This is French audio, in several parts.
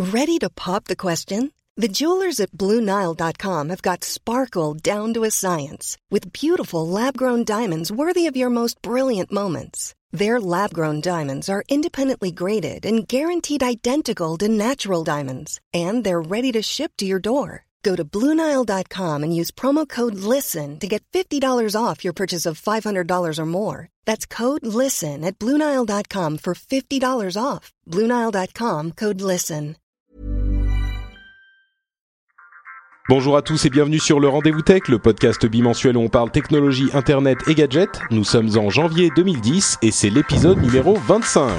Ready to pop the question? The jewelers at BlueNile.com have got sparkle down to a science with beautiful lab-grown diamonds worthy of your most brilliant moments. Their lab-grown diamonds are independently graded and guaranteed identical to natural diamonds, and they're ready to ship to your door. Go to BlueNile.com and use promo code LISTEN to get $50 off your purchase of $500 or more. That's code LISTEN at BlueNile.com for $50 off. BlueNile.com, code LISTEN. Bonjour à tous et bienvenue sur le Rendez-vous Tech, le podcast bimensuel où on parle technologie, internet et gadgets. Nous sommes en janvier 2010 et c'est l'épisode numéro 25.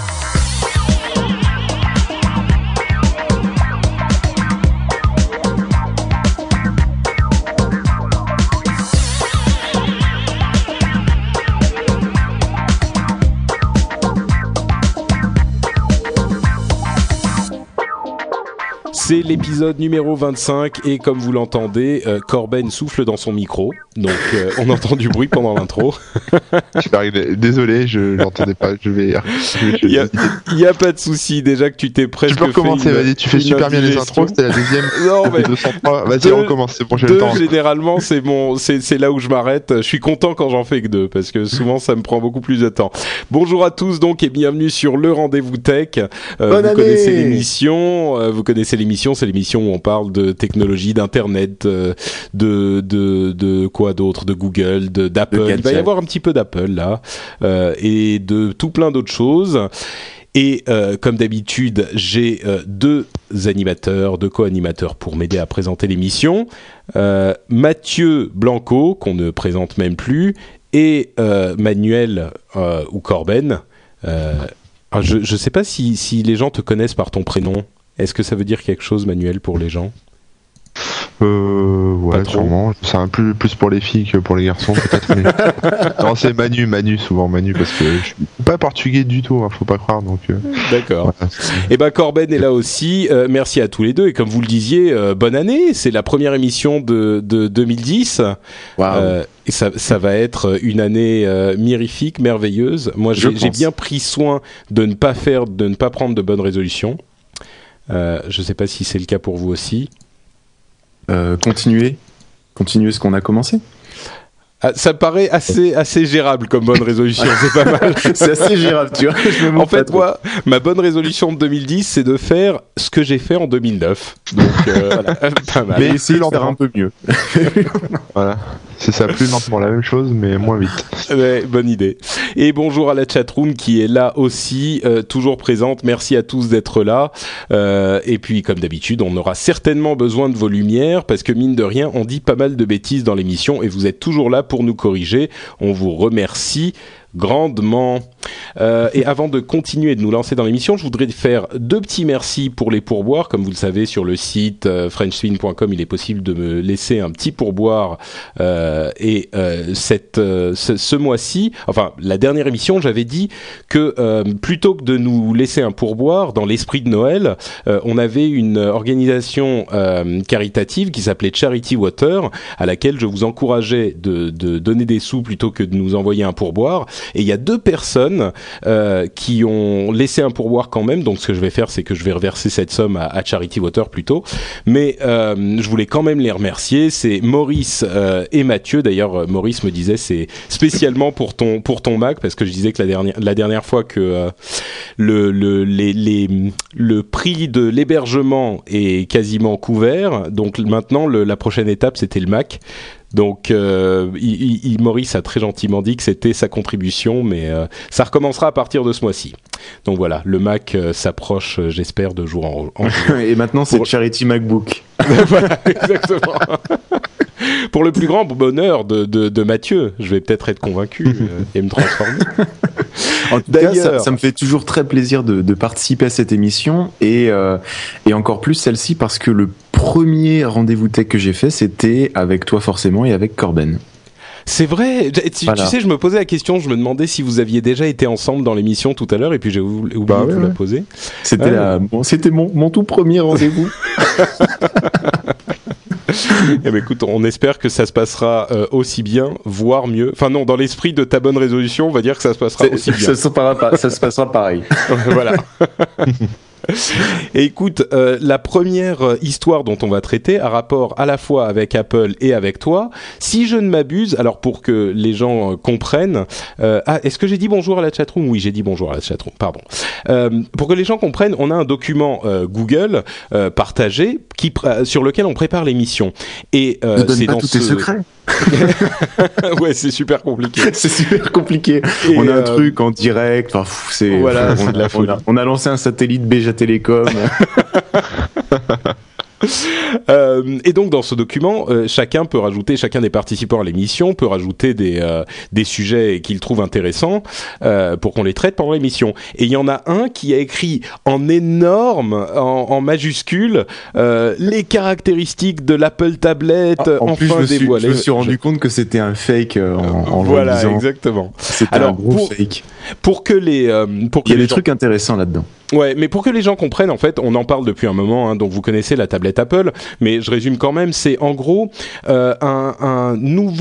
C'est l'épisode numéro 25 et comme vous l'entendez, Corben souffle dans son micro, donc on entend du bruit pendant l'intro. Désolé, je l'entendais pas, Il y a pas de souci, déjà que tu t'es presque fait. Tu peux recommencer, vas-y, tu fais super bien les intros, c'était la deuxième. Non mais 203. Vas-y, recommence, c'est bon, j'ai le temps. Généralement, c'est là où je m'arrête. Je suis content quand j'en fais que deux parce que souvent ça me prend beaucoup plus de temps. Bonjour à tous donc et bienvenue sur le Rendez-vous Tech. Vous connaissez l'émission, c'est l'émission où on parle de technologie, d'internet, de quoi d'autre, de Google, d'Apple. Il va y avoir un petit peu d'Apple là, et de tout plein d'autres choses. Et comme d'habitude, j'ai deux co-animateurs pour m'aider à présenter l'émission. Mathieu Blanco, qu'on ne présente même plus, et Manuel ou Corben. Je ne sais pas si les gens te connaissent par ton prénom. Est-ce que ça veut dire quelque chose, Manuel, pour les gens ? Ouais, sûrement. C'est un plus pour les filles que pour les garçons, peut-être. Mais... non, c'est Manu, souvent Manu, parce que je suis pas portugais du tout, hein, faut pas croire. Donc, D'accord. Voilà, et ben Corben est là aussi. Merci à tous les deux. Et comme vous le disiez, bonne année. C'est la première émission de 2010. Wow. Et ça va être une année mirifique, merveilleuse. Moi, j'ai bien pris soin de ne pas prendre de bonnes résolutions. Je sais pas si c'est le cas pour vous aussi. Continuer ce qu'on a commencé. Ça paraît assez gérable comme bonne résolution, c'est pas mal. C'est assez gérable, tu vois. En fait, moi, ma bonne résolution de 2010, c'est de faire ce que j'ai fait en 2009. Donc, voilà, pas mal. Mais essayer de faire un peu mieux. Voilà. C'est ça, plus lentement la même chose, mais moins vite. Ouais, bonne idée. Et bonjour à la chatroom qui est là aussi, toujours présente. Merci à tous d'être là. Et puis, comme d'habitude, on aura certainement besoin de vos lumières parce que mine de rien, on dit pas mal de bêtises dans l'émission et vous êtes toujours là pour nous corriger. On vous remercie grandement. Et avant de continuer de nous lancer dans l'émission, je voudrais faire deux petits merci pour les pourboires. Comme vous le savez, sur le site frenchspin.com, il est possible de me laisser un petit pourboire. Et ce mois-ci, enfin la dernière émission, j'avais dit que plutôt que de nous laisser un pourboire dans l'esprit de Noël, on avait une organisation caritative qui s'appelait Charity Water, à laquelle je vous encourageais de donner des sous plutôt que de nous envoyer un pourboire. Et il y a deux personnes qui ont laissé un pourboire quand même. Donc ce que je vais faire, c'est que je vais reverser cette somme à Charity Water plutôt. Mais je voulais quand même les remercier. C'est Maurice et Mathieu. D'ailleurs, Maurice me disait c'est spécialement pour ton Mac parce que je disais que la dernière fois que le prix de l'hébergement est quasiment couvert. Donc maintenant, la prochaine étape, c'était le Mac. Donc, Maurice a très gentiment dit que c'était sa contribution, mais ça recommencera à partir de ce mois-ci. Donc voilà, le Mac s'approche, j'espère, de jour en jour. Et maintenant, c'est Charity MacBook. Voilà, exactement. Pour le plus grand bonheur de Mathieu, je vais peut-être être convaincu et me transformer. En tout cas, ça me fait toujours très plaisir de participer à cette émission et encore plus celle-ci parce que le premier rendez-vous tech que j'ai fait, c'était avec toi forcément et avec Corben. C'est vrai. Voilà. Tu sais, je me posais la question, je me demandais si vous aviez déjà été ensemble dans l'émission tout à l'heure et puis j'ai oublié de vous la poser. C'était mon tout premier rendez-vous. Eh ben écoute, on espère que ça se passera aussi bien, voire mieux. Enfin non, dans l'esprit de ta bonne résolution, on va dire que ça se passera aussi bien. Ça se passera pareil. Voilà. Et écoute, la première histoire dont on va traiter a rapport à la fois avec Apple et avec toi. Si je ne m'abuse, alors pour que les gens comprennent, est-ce que j'ai dit bonjour à la chatroom ? Oui, j'ai dit bonjour à la chatroom, pardon. Pour que les gens comprennent, on a un document Google partagé sur lequel on prépare l'émission. Et ne donne pas tous tes secrets. Ouais, c'est super compliqué. C'est super compliqué. Et on a un truc en direct. Enfin, c'est voilà, on a lancé un satellite Beja Telecom. Et donc dans ce document, chacun des participants à l'émission peut rajouter des sujets qu'il trouve intéressants pour qu'on les traite pendant l'émission. Et il y en a un qui a écrit en énorme, en majuscule, les caractéristiques de l'Apple Tablette enfin dévoilées. Je me suis rendu compte que c'était un fake en voilà, le disant. Exactement. C'était un gros fake. Il y a des trucs intéressants là-dedans. Ouais, mais pour que les gens comprennent, en fait, on en parle depuis un moment, hein, donc vous connaissez la tablette Apple, mais je résume quand même, c'est en gros un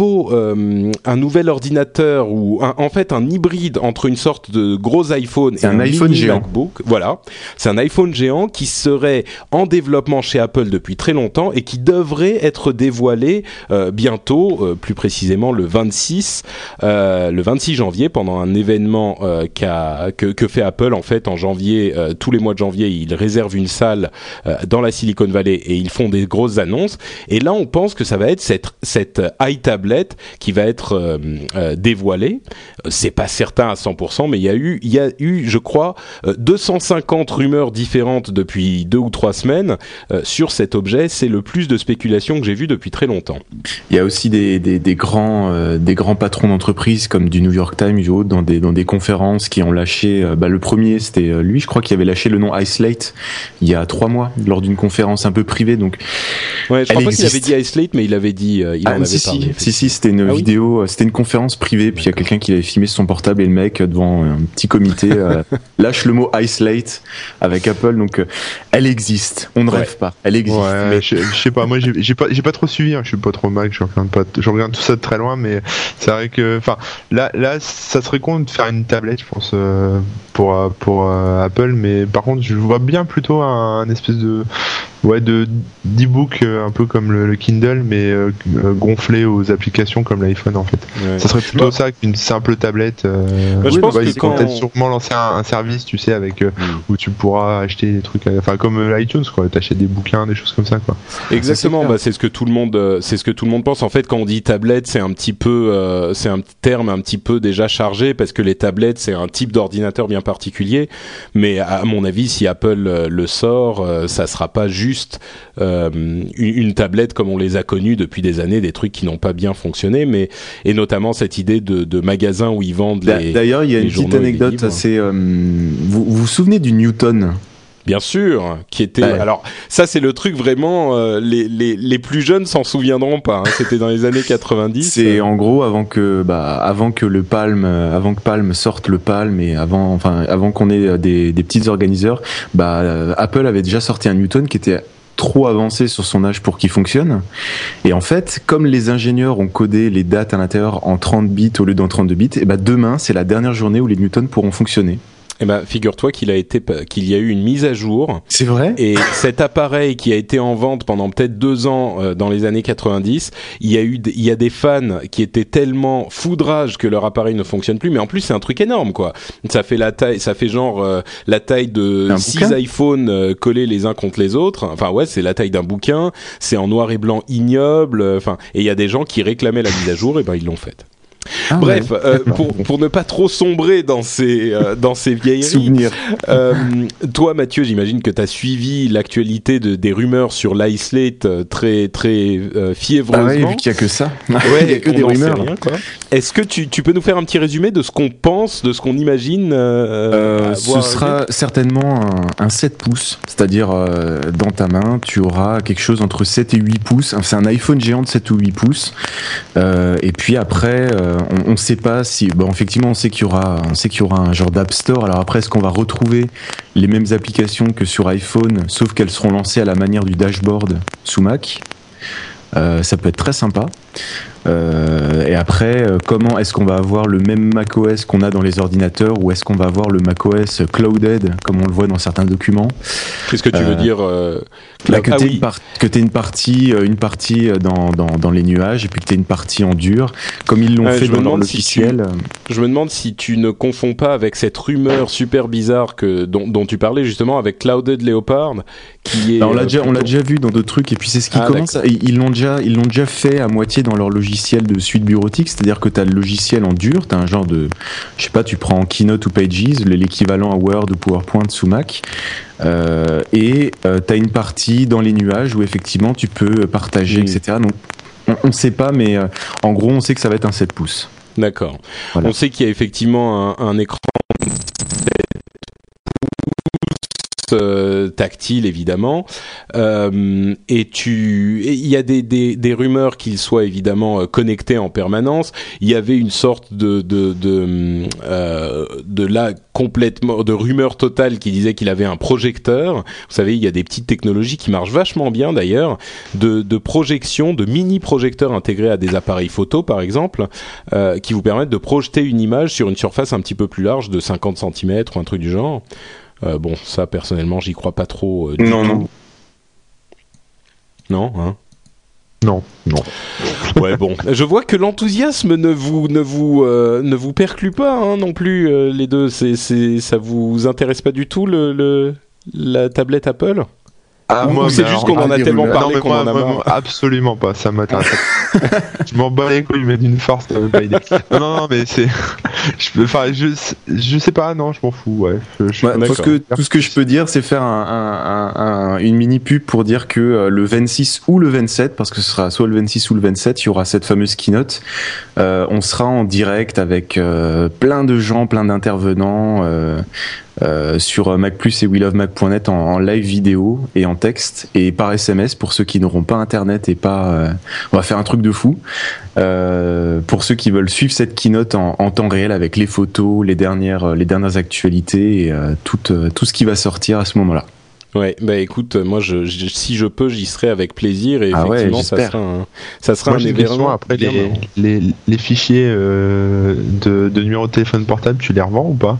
nouvel ordinateur ou en fait un hybride entre une sorte de gros iPhone et un iPhone géant. MacBook. Voilà, c'est un iPhone géant qui serait en développement chez Apple depuis très longtemps et qui devrait être dévoilé bientôt, plus précisément le 26 janvier, pendant un événement que fait Apple en fait en janvier. Tous les mois de janvier, ils réservent une salle dans la Silicon Valley et ils font des grosses annonces. Et là, on pense que ça va être cette iTablet qui va être dévoilée. C'est pas certain à 100%, mais il y a eu, je crois, 250 rumeurs différentes depuis 2 ou 3 semaines sur cet objet. C'est le plus de spéculation que j'ai vu depuis très longtemps. Il y a aussi des grands patrons d'entreprises comme du New York Times ou autres dans des conférences qui ont lâché. Le premier, c'était lui, je crois, qui avait lâché le nom iSlate il y a 3 mois lors d'une conférence un peu privée. Donc, ouais, je crois pas qu'il avait dit iSlate, mais il avait dit, il en avait parlé. Si, c'était une vidéo, c'était une conférence privée, puis il y a quelqu'un qui l'avait filmé sur son portable et le mec devant un petit comité lâche le mot iSlate avec Apple. Donc, elle existe. On ne rêve pas. Elle existe. Ouais, mais je sais pas. Moi, j'ai pas trop suivi. Hein, je suis pas trop Mac. Je regarde tout ça de très loin, mais c'est vrai que, enfin, là, ça serait con de faire une tablette, je pense, pour Apple, mais par contre je vois bien plutôt un espèce d'e-book un peu comme le Kindle, mais gonflé aux applications comme l'iPhone en fait. Ouais. Ça serait plutôt ça qu'une simple tablette. Je pense qu'ils vont peut-être sûrement lancer un service, tu sais, avec où tu pourras acheter des trucs, enfin comme l'iTunes, quoi. T'achètes des bouquins, des choses comme ça, quoi. Exactement. C'est ce que tout le monde pense. En fait, quand on dit tablette, c'est un terme un petit peu déjà chargé parce que les tablettes, c'est un type d'ordinateur bien particulier. Mais à mon avis, si Apple le sort, ça sera pas juste une tablette comme on les a connues depuis des années, des trucs qui n'ont pas bien fonctionné, et notamment cette idée de magasin où ils vendent les. D'ailleurs, il y a une petite anecdote assez. Vous vous souvenez du Newton? Bien sûr, qui était. Ouais. Alors ça, c'est le truc vraiment. Les plus jeunes s'en souviendront pas. Hein. C'était dans les années 90. C'est en gros avant que Palm sorte le Palm et avant qu'on ait des petits organiseurs, Apple avait déjà sorti un Newton qui était trop avancé sur son âge pour qu'il fonctionne. Et en fait, comme les ingénieurs ont codé les dates à l'intérieur en 30 bits au lieu d'en 32 bits, et demain, c'est la dernière journée où les Newtons pourront fonctionner. Figure-toi qu'il y a eu une mise à jour. C'est vrai. Et cet appareil qui a été en vente pendant peut-être 2 ans dans les années 90, il y a des fans qui étaient tellement foudrage que leur appareil ne fonctionne plus. Mais en plus, c'est un truc énorme, quoi. Ça fait la taille de 6 iPhones collés les uns contre les autres. Enfin, ouais, c'est la taille d'un bouquin. C'est en noir et blanc ignoble. Enfin, et il y a des gens qui réclamaient la mise à jour, et ils l'ont faite. Bref, pour ne pas trop sombrer dans ces vieilleries. Souvenirs. Toi, Mathieu, j'imagine que tu as suivi l'actualité des rumeurs sur l'iSlate très très fiévreusement. Ah ouais, vu qu'il n'y a que ça. Ouais, il n'y a que des rumeurs. Rien, quoi. Est-ce que tu peux nous faire un petit résumé de ce qu'on pense, de ce qu'on imagine ce sera certainement un 7 pouces, c'est-à-dire dans ta main, tu auras quelque chose entre 7 et 8 pouces. C'est un iPhone géant de 7 ou 8 pouces. Et puis après, on ne sait pas si... effectivement, on sait qu'il y aura un genre d'App Store. Alors après, est-ce qu'on va retrouver les mêmes applications que sur iPhone, sauf qu'elles seront lancées à la manière du dashboard sous Mac ? Ça peut être très sympa. Et après, comment est-ce qu'on va avoir le même macOS qu'on a dans les ordinateurs, ou est-ce qu'on va avoir le macOS clouded comme on le voit dans certains documents? Qu'est-ce que tu veux dire que tu aies une partie dans les nuages, et puis que tu aies une partie en dur, comme ils l'ont fait dans leur logiciel. Je me demande si tu ne confonds pas avec cette rumeur super bizarre dont tu parlais justement avec Clouded Leopard, qui est... On l'a déjà vu dans d'autres trucs, et puis c'est ce qui commence. Ils l'ont déjà fait à moitié dans leur logiciel de suite bureautique, c'est-à-dire que tu as le logiciel en dur, tu as un genre de... Je sais pas, tu prends Keynote ou Pages, l'équivalent à Word ou PowerPoint sous Mac, et tu as une partie dans les nuages où effectivement tu peux partager, etc. Donc on ne sait pas, mais en gros on sait que ça va être un 7 pouces. D'accord. Voilà. On sait qu'il y a effectivement un écran tactile évidemment, et il y a des rumeurs qu'il soit évidemment connecté en permanence. Il y avait une sorte de rumeur totale qui disait qu'il avait un projecteur. Vous savez, il y a des petites technologies qui marchent vachement bien d'ailleurs, de projection, de mini projecteurs intégrés à des appareils photo par exemple, qui vous permettent de projeter une image sur une surface un petit peu plus large de 50 cm ou un truc du genre. Bon, ça personnellement, j'y crois pas trop. Non. Non, hein. Non. Ouais, bon. Je vois que l'enthousiasme ne vous perclue pas, hein, non plus. Les deux, ça vous intéresse pas du tout la tablette Apple? Ou c'est juste qu'on en a tellement parlé qu'on en a marre? Absolument pas, ça m'intéresse pas. Je m'en bats les couilles, mais d'une force, t'as même pas idée. Non, mais c'est... Je sais pas, non, je m'en fous, ouais. Tout ce que je peux dire, c'est faire une mini pub pour dire que le 26 ou le 27, parce que ce sera soit le 26 ou le 27, il y aura cette fameuse keynote. On sera en direct avec plein de gens, plein d'intervenants, sur MacPlus et WeLoveMac.net en live vidéo et en texte et par SMS pour ceux qui n'auront pas internet et pas... on va faire un truc de fou. Pour ceux qui veulent suivre cette keynote en temps réel avec les photos, les dernières actualités et tout ce qui va sortir à ce moment-là. Ouais, bah écoute, moi si je peux, j'y serai avec plaisir et effectivement ça sera un événement. Après les fichiers de numéro de téléphone portable, tu les revends ou pas?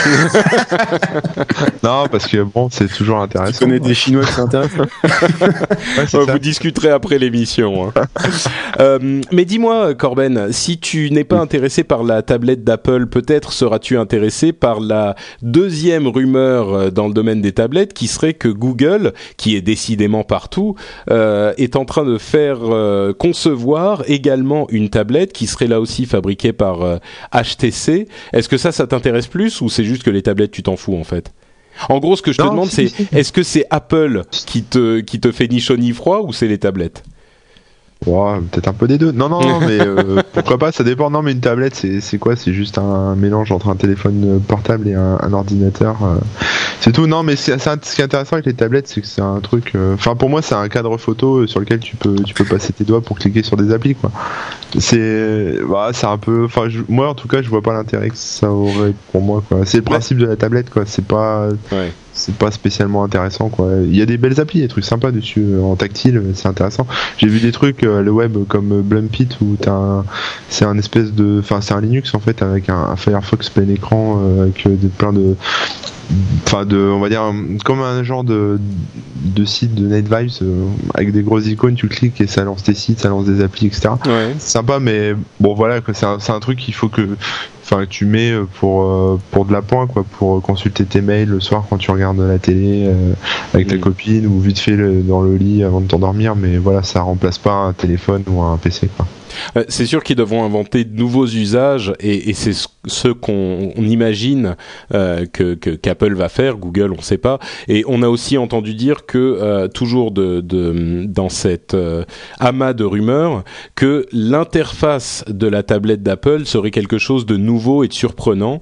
Non, parce que bon, c'est toujours intéressant. Tu connais des Chinois qui s'intéressent. Vous discuterez après l'émission. Hein. Mais dis-moi, Corben, si tu n'es pas intéressé par la tablette d'Apple, peut-être seras-tu intéressé par la deuxième rumeur dans le domaine des tablettes, qui serait que Google, qui est décidément partout, est en train de faire concevoir également une tablette qui serait là aussi fabriquée par HTC. Est-ce que ça t'intéresse plus, ou c'est juste que les tablettes tu t'en fous en fait? En gros, ce que je te demande, c'est est-ce que c'est Apple qui te fait ni chaud ni froid, ou c'est les tablettes? Ouais, peut-être un peu des deux. Non, mais pourquoi pas, ça dépend. Non, mais une tablette, c'est quoi? C'est juste un mélange entre un téléphone portable et un ordinateur. C'est tout. Non, mais ce qui est intéressant avec les tablettes, c'est que c'est un truc... Enfin, pour moi, c'est un cadre photo sur lequel tu peux passer tes doigts pour cliquer sur des applis, quoi. C'est un peu... Enfin, moi, en tout cas, je vois pas l'intérêt que ça aurait pour moi, quoi. C'est le principe de la tablette, quoi. C'est pas... Ouais. C'est pas spécialement intéressant, quoi. Il y a des belles applis, des trucs sympas dessus en tactile, c'est intéressant. J'ai vu des trucs le web comme Blumpit où c'est un espèce de, enfin c'est un Linux en fait avec un Firefox plein écran avec plein de, on va dire comme un genre de site de NetVibes avec des grosses icônes, tu cliques et ça lance tes sites, ça lance des applis, etc. Ouais. C'est sympa, mais bon voilà quoi, c'est un truc qu'il faut que tu mets pour de la pointe, quoi, pour consulter tes mails le soir quand tu regardes la télé avec ta copine ou vite fait dans le lit avant de t'endormir, mais voilà, ça remplace pas un téléphone ou un PC, quoi. C'est sûr qu'ils devront inventer de nouveaux usages et c'est ce qu'on imagine qu'Apple va faire. Google, on ne sait pas. Et on a aussi entendu dire que toujours dans cette amas de rumeurs, que l'interface de la tablette d'Apple serait quelque chose de nouveau et de surprenant.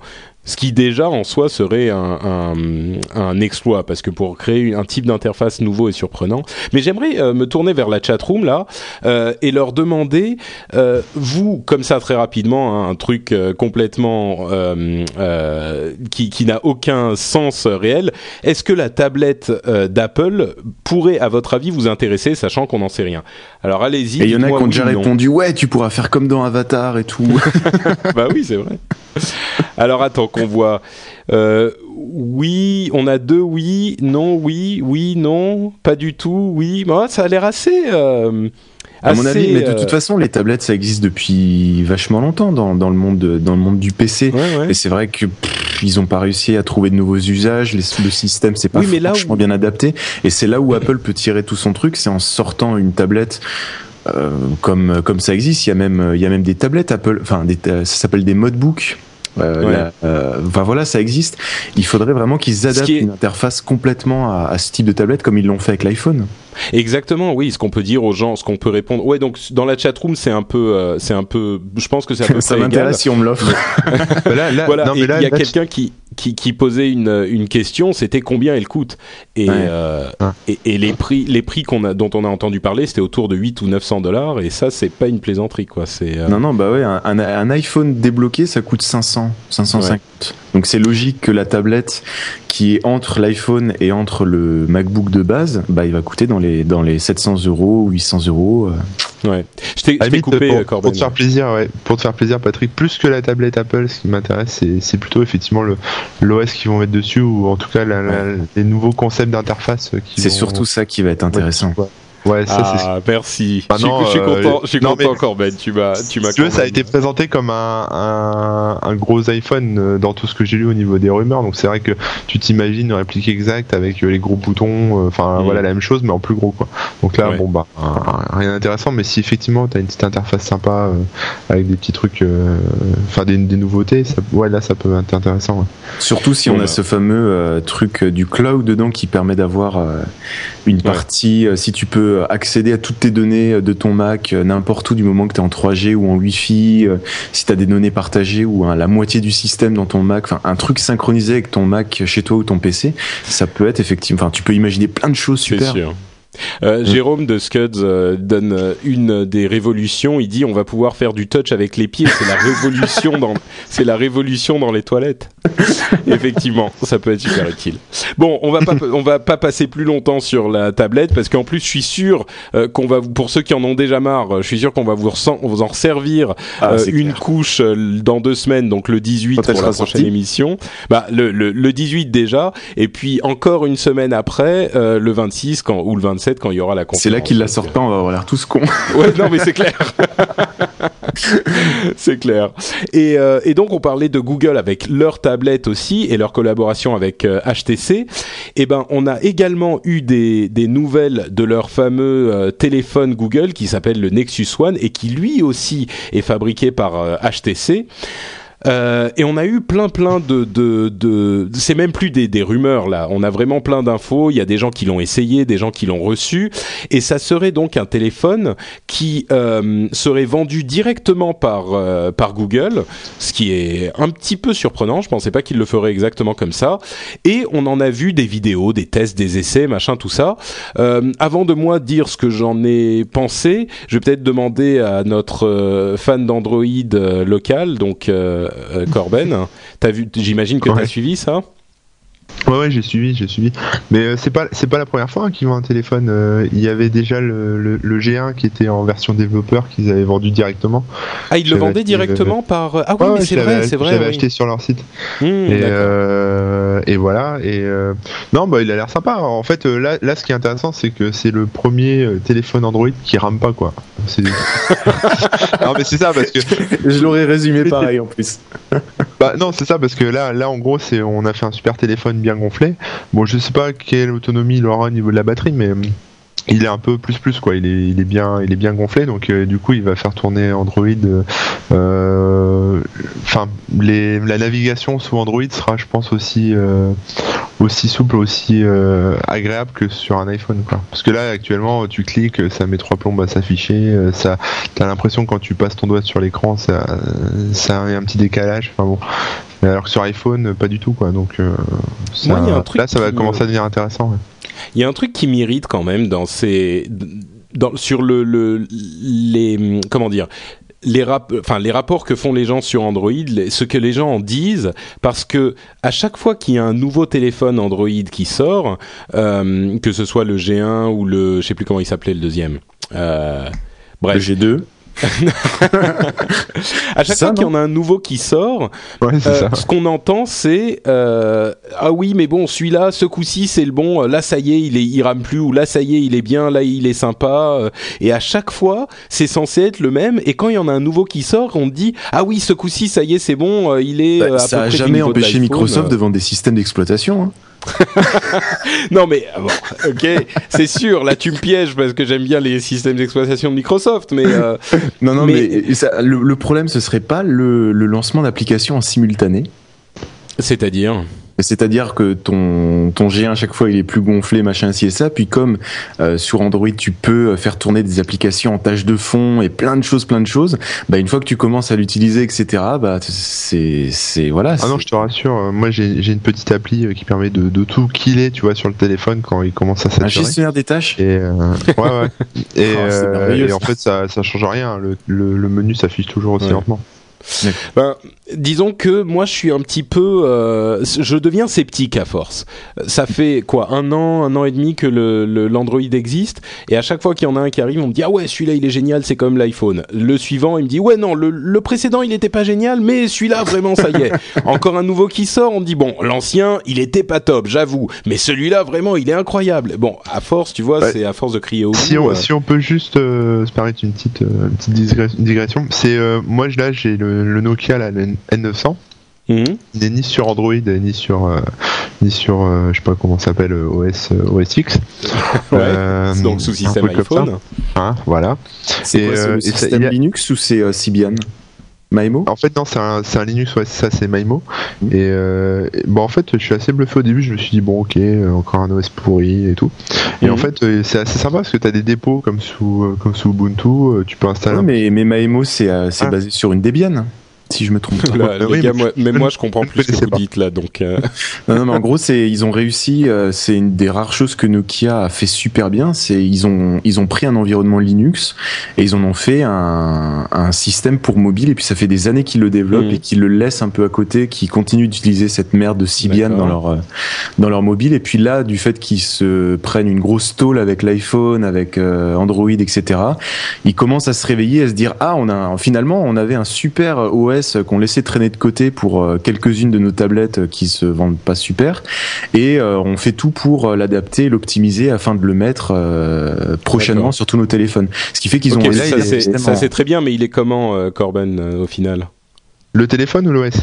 Ce qui déjà en soi serait un exploit, parce que pour créer un type d'interface nouveau et surprenant. Mais j'aimerais me tourner vers la chatroom là et leur demander, vous, comme ça très rapidement, un truc complètement qui n'a aucun sens réel, est-ce que la tablette d'Apple pourrait, à votre avis, vous intéresser, sachant qu'on n'en sait rien? Alors allez-y. Et il y en a qui ont déjà répondu, ouais, tu pourras faire comme dans Avatar et tout. Bah oui, c'est vrai. Alors attends qu'on voit. Oui, on a 2 oui, non, oui, oui, non, pas du tout, oui. Bah, ça a l'air assez. À mon avis, mais de toute façon, les tablettes, ça existe depuis vachement longtemps dans le monde du PC. Ouais. Et c'est vrai que ils ont pas réussi à trouver de nouveaux usages. Le système, c'est pas franchement bien adapté. Et c'est là où Apple peut tirer tout son truc, c'est en sortant une tablette. Comme ça existe, il y a même des tablettes Apple, enfin ça s'appelle des modebooks. Voilà, ça existe. Il faudrait vraiment qu'ils adaptent une interface complètement à ce type de tablette, comme ils l'ont fait avec l'iPhone. Exactement, oui. Ce qu'on peut dire aux gens, ce qu'on peut répondre. Ouais, donc dans la chatroom, c'est un peu. Je pense que c'est à peu près ça m'intéresse égal. Si on me l'offre. Voilà. Il y a quelqu'un qui posait une question. C'était combien elle coûte. Et les prix dont on a entendu parler, c'était autour de 8 ou 900 $. Et ça, c'est pas une plaisanterie, quoi. Non, bah ouais. Un iPhone débloqué, ça coûte 550. Ouais. Donc c'est logique que la tablette qui est entre l'iPhone et entre le MacBook de base, bah il va coûter dans les 700 €, 800 €. Ouais. Je t'ai coupé, Corben. Pour te faire plaisir, Patrick, plus que la tablette Apple, ce qui m'intéresse, c'est plutôt effectivement l'OS qu'ils vont mettre dessus, ou en tout cas les nouveaux concepts d'interface. C'est surtout ça qui va être intéressant. Ouais, ça c'est. Merci. Je suis content, Corben. Tu m'as. Tu vois, ça a été présenté comme un gros iPhone dans tout ce que j'ai lu au niveau des rumeurs. Donc c'est vrai que tu t'imagines une réplique exacte avec les gros boutons. Voilà, la même chose, mais en plus gros, quoi. Donc là, rien d'intéressant. Mais si effectivement t'as une petite interface sympa avec des petits trucs, des nouveautés, là ça peut être intéressant. Ouais. Surtout si on a ce fameux truc du cloud dedans qui permet d'avoir une partie. Si tu peux accéder à toutes tes données de ton Mac n'importe où du moment que tu es en 3G ou en Wi-Fi, si tu as des données partagées ou la moitié du système dans ton Mac, un truc synchronisé avec ton Mac chez toi ou ton PC, ça peut être effectivement, tu peux imaginer plein de choses super. C'est sûr. Jérôme de Scuds donne une des révolutions. Il dit on va pouvoir faire du touch avec les pieds. C'est la révolution dans les toilettes. Effectivement, ça peut être super utile. Bon, on va pas passer plus longtemps sur la tablette parce qu'en plus je suis sûr qu'on va, pour ceux qui en ont déjà marre, je suis sûr qu'on va vous en resservir une couche dans 2 semaines, donc le 18 pour la prochaine émission. Bah le 18 déjà, et puis encore une semaine après, le 26 ou le 27 quand il y aura la conférence. C'est là qu'ils la sortent pas, on va avoir l'air tous cons. Ouais, non mais c'est clair. C'est clair. Et donc on parlait de Google avec leur tablette aussi et leur collaboration avec HTC. Et ben on a également eu des nouvelles de leur fameux téléphone Google qui s'appelle le Nexus One et qui lui aussi est fabriqué par HTC. Et on a eu plein de c'est même plus des rumeurs là, on a vraiment plein d'infos, il y a des gens qui l'ont essayé, des gens qui l'ont reçu, et ça serait donc un téléphone qui serait vendu directement par Google, ce qui est un petit peu surprenant, je pensais pas qu'ils le feraient exactement comme ça, et on en a vu des vidéos, des tests, des essais, machin, tout ça. Avant de moi dire ce que j'en ai pensé, je vais peut-être demander à notre fan d'Android local, donc Corben, j'imagine que t'as suivi ça? Ouais, j'ai suivi. Mais c'est pas la première fois qu'ils vendent un téléphone. Il y avait déjà le G1 qui était en version développeur qu'ils avaient vendu directement. Ah, ils le vendaient directement par. Ah oui, mais c'est vrai. J'avais acheté sur leur site. Et voilà. Non, bah il a l'air sympa. En fait, là, ce qui est intéressant, c'est que c'est le premier téléphone Android qui rame pas, quoi. Non, mais c'est ça parce que je l'aurais résumé pareil en plus. Bah non, c'est ça parce que là en gros on a fait un super téléphone bien gonflé. Bon, je sais pas quelle autonomie il aura au niveau de la batterie, mais il est un peu plus quoi. Il est bien gonflé, donc du coup il va faire tourner Android. La navigation sous Android sera, je pense, aussi souple, aussi agréable que sur un iPhone, quoi. Parce que là actuellement tu cliques, ça met 3 plombes à s'afficher, t'as l'impression quand tu passes ton doigt sur l'écran, ça a un petit décalage. Enfin bon. Alors que sur iPhone, pas du tout, quoi. Donc Moi, y a un truc là, ça va commencer à devenir intéressant. Ouais. Il y a un truc qui m'irrite quand même sur les comment dire, les rapports que font les gens sur Android, ce que les gens en disent, parce que à chaque fois qu'il y a un nouveau téléphone Android qui sort, que ce soit le G1 ou je sais plus comment il s'appelait le deuxième, bref. Le G2. À chaque fois qu'il y en a un nouveau qui sort, ce qu'on entend c'est ah oui mais bon celui-là ce coup-ci c'est le bon, là ça y est il rame plus, ou là ça y est il est bien, là il est sympa, et à chaque fois c'est censé être le même, et quand il y en a un nouveau qui sort on dit ah oui ce coup-ci ça y est c'est bon, il est à ça peu a près jamais empêché Microsoft de vendre des systèmes d'exploitation, hein. Non mais bon, ok, c'est sûr. Là, tu me pièges parce que j'aime bien les systèmes d'exploitation de Microsoft, mais mais ça, le problème, ce serait pas le lancement d'applications en simultané. C'est-à-dire que ton G1 à chaque fois il est plus gonflé, machin, ci et ça. Puis comme sur Android tu peux faire tourner des applications en tâche de fond et plein de choses. Bah une fois que tu commences à l'utiliser, etc. Bah c'est voilà. Ah non, je te rassure. Moi j'ai une petite appli qui permet de tout killer, tu vois, sur le téléphone quand il commence à saturer. Un gestionnaire des tâches. Et ouais. Et en fait ça change rien. Le menu s'affiche toujours aussi lentement. Ben, disons que moi je suis un petit peu je deviens sceptique à force. Ça fait quoi, un an et demi que l'Android existe, et à chaque fois qu'il y en a un qui arrive on me dit ah ouais celui-là il est génial, c'est comme l'iPhone. Le suivant il me dit ouais non le précédent il était pas génial mais celui-là vraiment ça y est. Encore un nouveau qui sort, on me dit bon l'ancien il était pas top j'avoue mais celui-là vraiment il est incroyable. Bon à force tu vois, c'est à force de crier au bout. Si on peut juste se permettre une petite digression, c'est moi là j'ai le Nokia là, le N900. Il n'est ni sur Android ni sur je sais pas comment ça s'appelle, OS X. Donc sous système iPhone. Hein, voilà. C'est quoi, c'est le système Linux ou c'est Symbian? Maimo? En fait non, c'est un Linux, ouais, ça c'est Maimo. Et bon en fait je suis assez bluffé au début, je me suis dit bon ok, encore un OS pourri et tout. Et en fait c'est assez sympa parce que t'as des dépôts comme sous Ubuntu, tu peux installer. Non mais Maimo c'est basé sur une Debian. Si je me trompe pas. Là, les gars, moi je comprends plus ce que vous dites là, donc. Non, mais en gros, ils ont réussi. C'est une des rares choses que Nokia a fait super bien. C'est ils ont pris un environnement Linux et ils en ont fait un système pour mobile. Et puis ça fait des années qu'ils le développent et qu'ils le laissent un peu à côté, qu'ils continuent d'utiliser cette merde de Symbian dans leur mobile. Et puis là, du fait qu'ils se prennent une grosse tôle avec l'iPhone, avec Android, etc., ils commencent à se réveiller, à se dire finalement on avait un super OS qu'on laissait traîner de côté pour quelques-unes de nos tablettes qui se vendent pas super, et on fait tout pour l'adapter, l'optimiser afin de le mettre prochainement sur tous nos téléphones. Ce qui fait qu'ils ont ça c'est très bien, mais il est comment Corben au final? Le téléphone ou l'OS?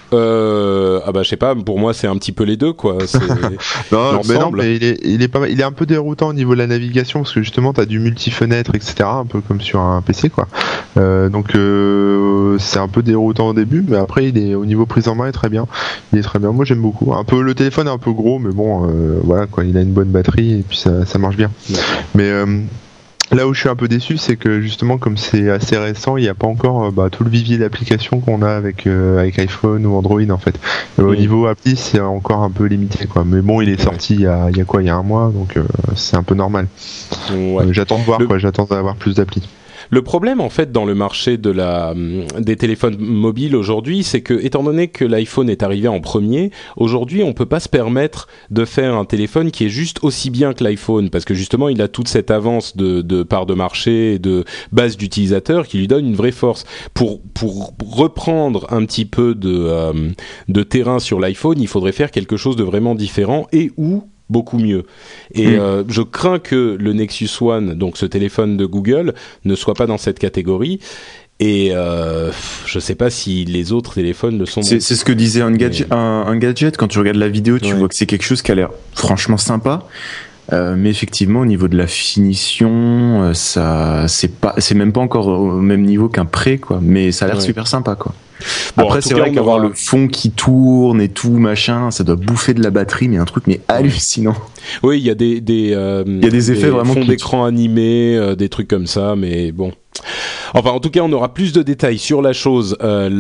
Je sais pas, pour moi c'est un petit peu les deux quoi. non mais il est pas mal, il est un peu déroutant au niveau de la navigation parce que justement t'as du multi-fenêtre etc, un peu comme sur un PC quoi. Donc c'est un peu déroutant au début, mais après il est au niveau prise en main, il est très bien. Moi j'aime beaucoup. Un peu le téléphone est un peu gros, mais bon voilà quoi, il a une bonne batterie et puis ça marche bien. Ouais. Mais là où je suis un peu déçu, c'est que justement, comme c'est assez récent, il n'y a pas encore tout le vivier d'applications qu'on a avec iPhone ou Android en fait. Au niveau appli, c'est encore un peu limité quoi. Mais bon, il est sorti il y a un mois, donc c'est un peu normal. Ouais. J'attends de voir j'attends d'avoir plus d'applis. Le problème, en fait, dans le marché des téléphones mobiles aujourd'hui, c'est que, étant donné que l'iPhone est arrivé en premier, aujourd'hui, on peut pas se permettre de faire un téléphone qui est juste aussi bien que l'iPhone, parce que justement, il a toute cette avance de part de marché et de base d'utilisateurs qui lui donne une vraie force. Pour reprendre un petit peu de terrain sur l'iPhone, il faudrait faire quelque chose de vraiment différent et beaucoup mieux. Et je crains que le Nexus One, donc ce téléphone de Google, ne soit pas dans cette catégorie. Et je sais pas si les autres téléphones le sont. C'est ce que disait un gadget. Quand tu regardes la vidéo, tu vois que c'est quelque chose qui a l'air franchement sympa. Mais effectivement, au niveau de la finition, c'est même pas encore au même niveau qu'un pré, quoi. Mais ça a l'air super sympa, quoi. Bon, après, c'est vrai qu'avoir le fond qui tourne et tout, machin, ça doit bouffer de la batterie, mais un truc hallucinant. Oui, il y a des effets vraiment fonds d'écran animés, des trucs comme ça, mais bon. Enfin, en tout cas, on aura plus de détails sur la chose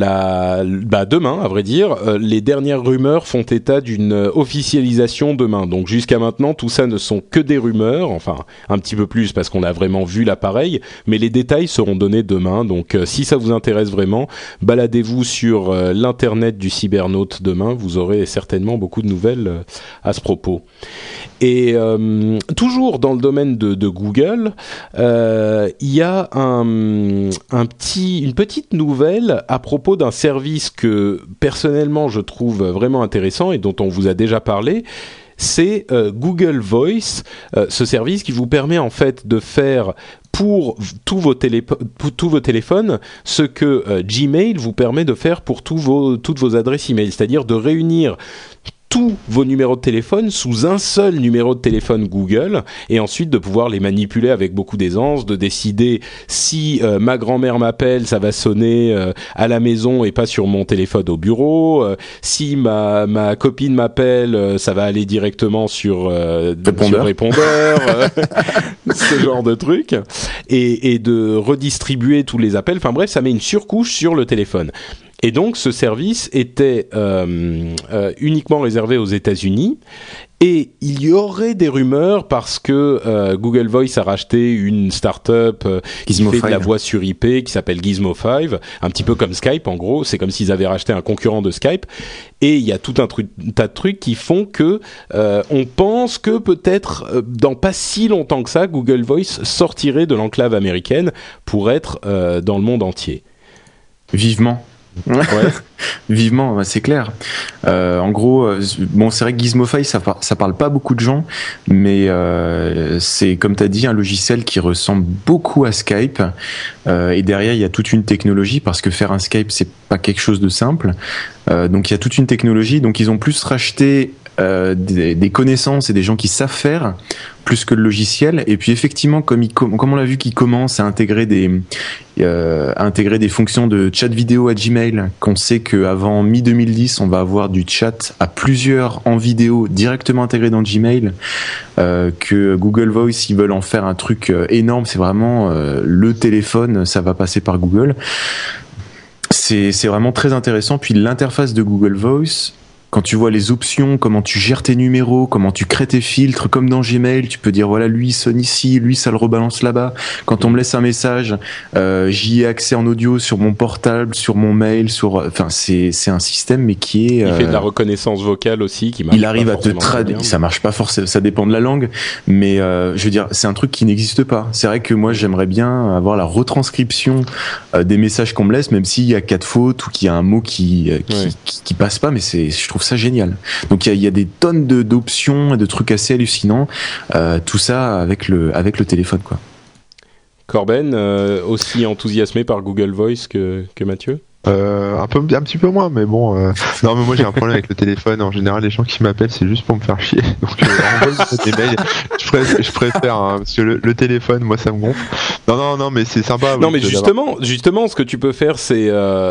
demain, à vrai dire. Les dernières rumeurs font état d'une officialisation demain. Donc jusqu'à maintenant, tout ça ne sont que des rumeurs. Enfin, un petit peu plus parce qu'on a vraiment vu l'appareil. Mais les détails seront donnés demain. Donc si ça vous intéresse vraiment, baladez-vous sur l'internet du cybernaute demain. Vous aurez certainement beaucoup de nouvelles à ce propos. Et toujours dans le domaine de Google, il y a une petite nouvelle à propos d'un service que personnellement je trouve vraiment intéressant et dont on vous a déjà parlé. C'est Google Voice, ce service qui vous permet en fait de faire pour tous vos téléphones ce que Gmail vous permet de faire pour toutes vos adresses email, c'est-à-dire de réunir tous vos numéros de téléphone sous un seul numéro de téléphone Google et ensuite de pouvoir les manipuler avec beaucoup d'aisance, de décider si ma grand-mère m'appelle, ça va sonner à la maison et pas sur mon téléphone au bureau, si ma copine m'appelle, ça va aller directement sur répondeur, ce genre de truc, et de redistribuer tous les appels. Enfin bref, ça met une surcouche sur le téléphone. Et donc, ce service était uniquement réservé aux États-Unis. Et il y aurait des rumeurs parce que Google Voice a racheté une start-up qui fait de la voix sur IP qui s'appelle Gizmo 5, un petit peu comme Skype en gros. C'est comme s'ils avaient racheté un concurrent de Skype. Et il y a tout un tas de trucs qui font que on pense que peut-être dans pas si longtemps que ça, Google Voice sortirait de l'enclave américaine pour être dans le monde entier. Vivement. Ouais. Vivement, c'est clair. En gros, bon, c'est vrai que Gizmofy, ça parle pas beaucoup de gens, mais c'est, comme tu as dit, un logiciel qui ressemble beaucoup à Skype. Et derrière, il y a toute une technologie, parce que faire un Skype, c'est pas quelque chose de simple. Donc, il y a toute une technologie. Donc, ils ont plus racheté des connaissances et des gens qui savent faire plus que le logiciel. Et puis effectivement, comme on l'a vu, qu'ils commencent à intégrer des fonctions de chat vidéo à Gmail, qu'on sait qu'avant mi-2010 on va avoir du chat à plusieurs en vidéo directement intégré dans Gmail, que Google Voice, ils veulent en faire un truc énorme. C'est vraiment le téléphone, ça va passer par Google. C'est vraiment très intéressant. Puis l'interface de Google Voice, quand tu vois les options, comment tu gères tes numéros, comment tu crées tes filtres, comme dans Gmail, tu peux dire voilà, lui il sonne ici, lui ça le rebalance là-bas. Quand on me laisse un message, j'y ai accès en audio sur mon portable, sur mon mail, enfin c'est un système mais qui est. Il fait de la reconnaissance vocale aussi, qui marche. Il arrive à te traduire. Ça marche pas forcément, ça dépend de la langue, mais je veux dire, c'est un truc qui n'existe pas. C'est vrai que moi j'aimerais bien avoir la retranscription des messages qu'on me laisse, même s'il y a 4 fautes ou qu'il y a un mot qui passe pas, mais je trouve ça génial. Donc il y a des tonnes d'options et de trucs assez hallucinants, tout ça avec le téléphone, quoi. Corben, aussi enthousiasmé par Google Voice que Mathieu? Un petit peu moins, mais bon. Non, mais moi j'ai un problème avec le téléphone. En général, les gens qui m'appellent, c'est juste pour me faire chier. Donc envoie des mails. Je préfère, hein, parce que le téléphone, moi, ça me gonfle. Non, mais c'est sympa. Non, mais justement, ce que tu peux faire, c'est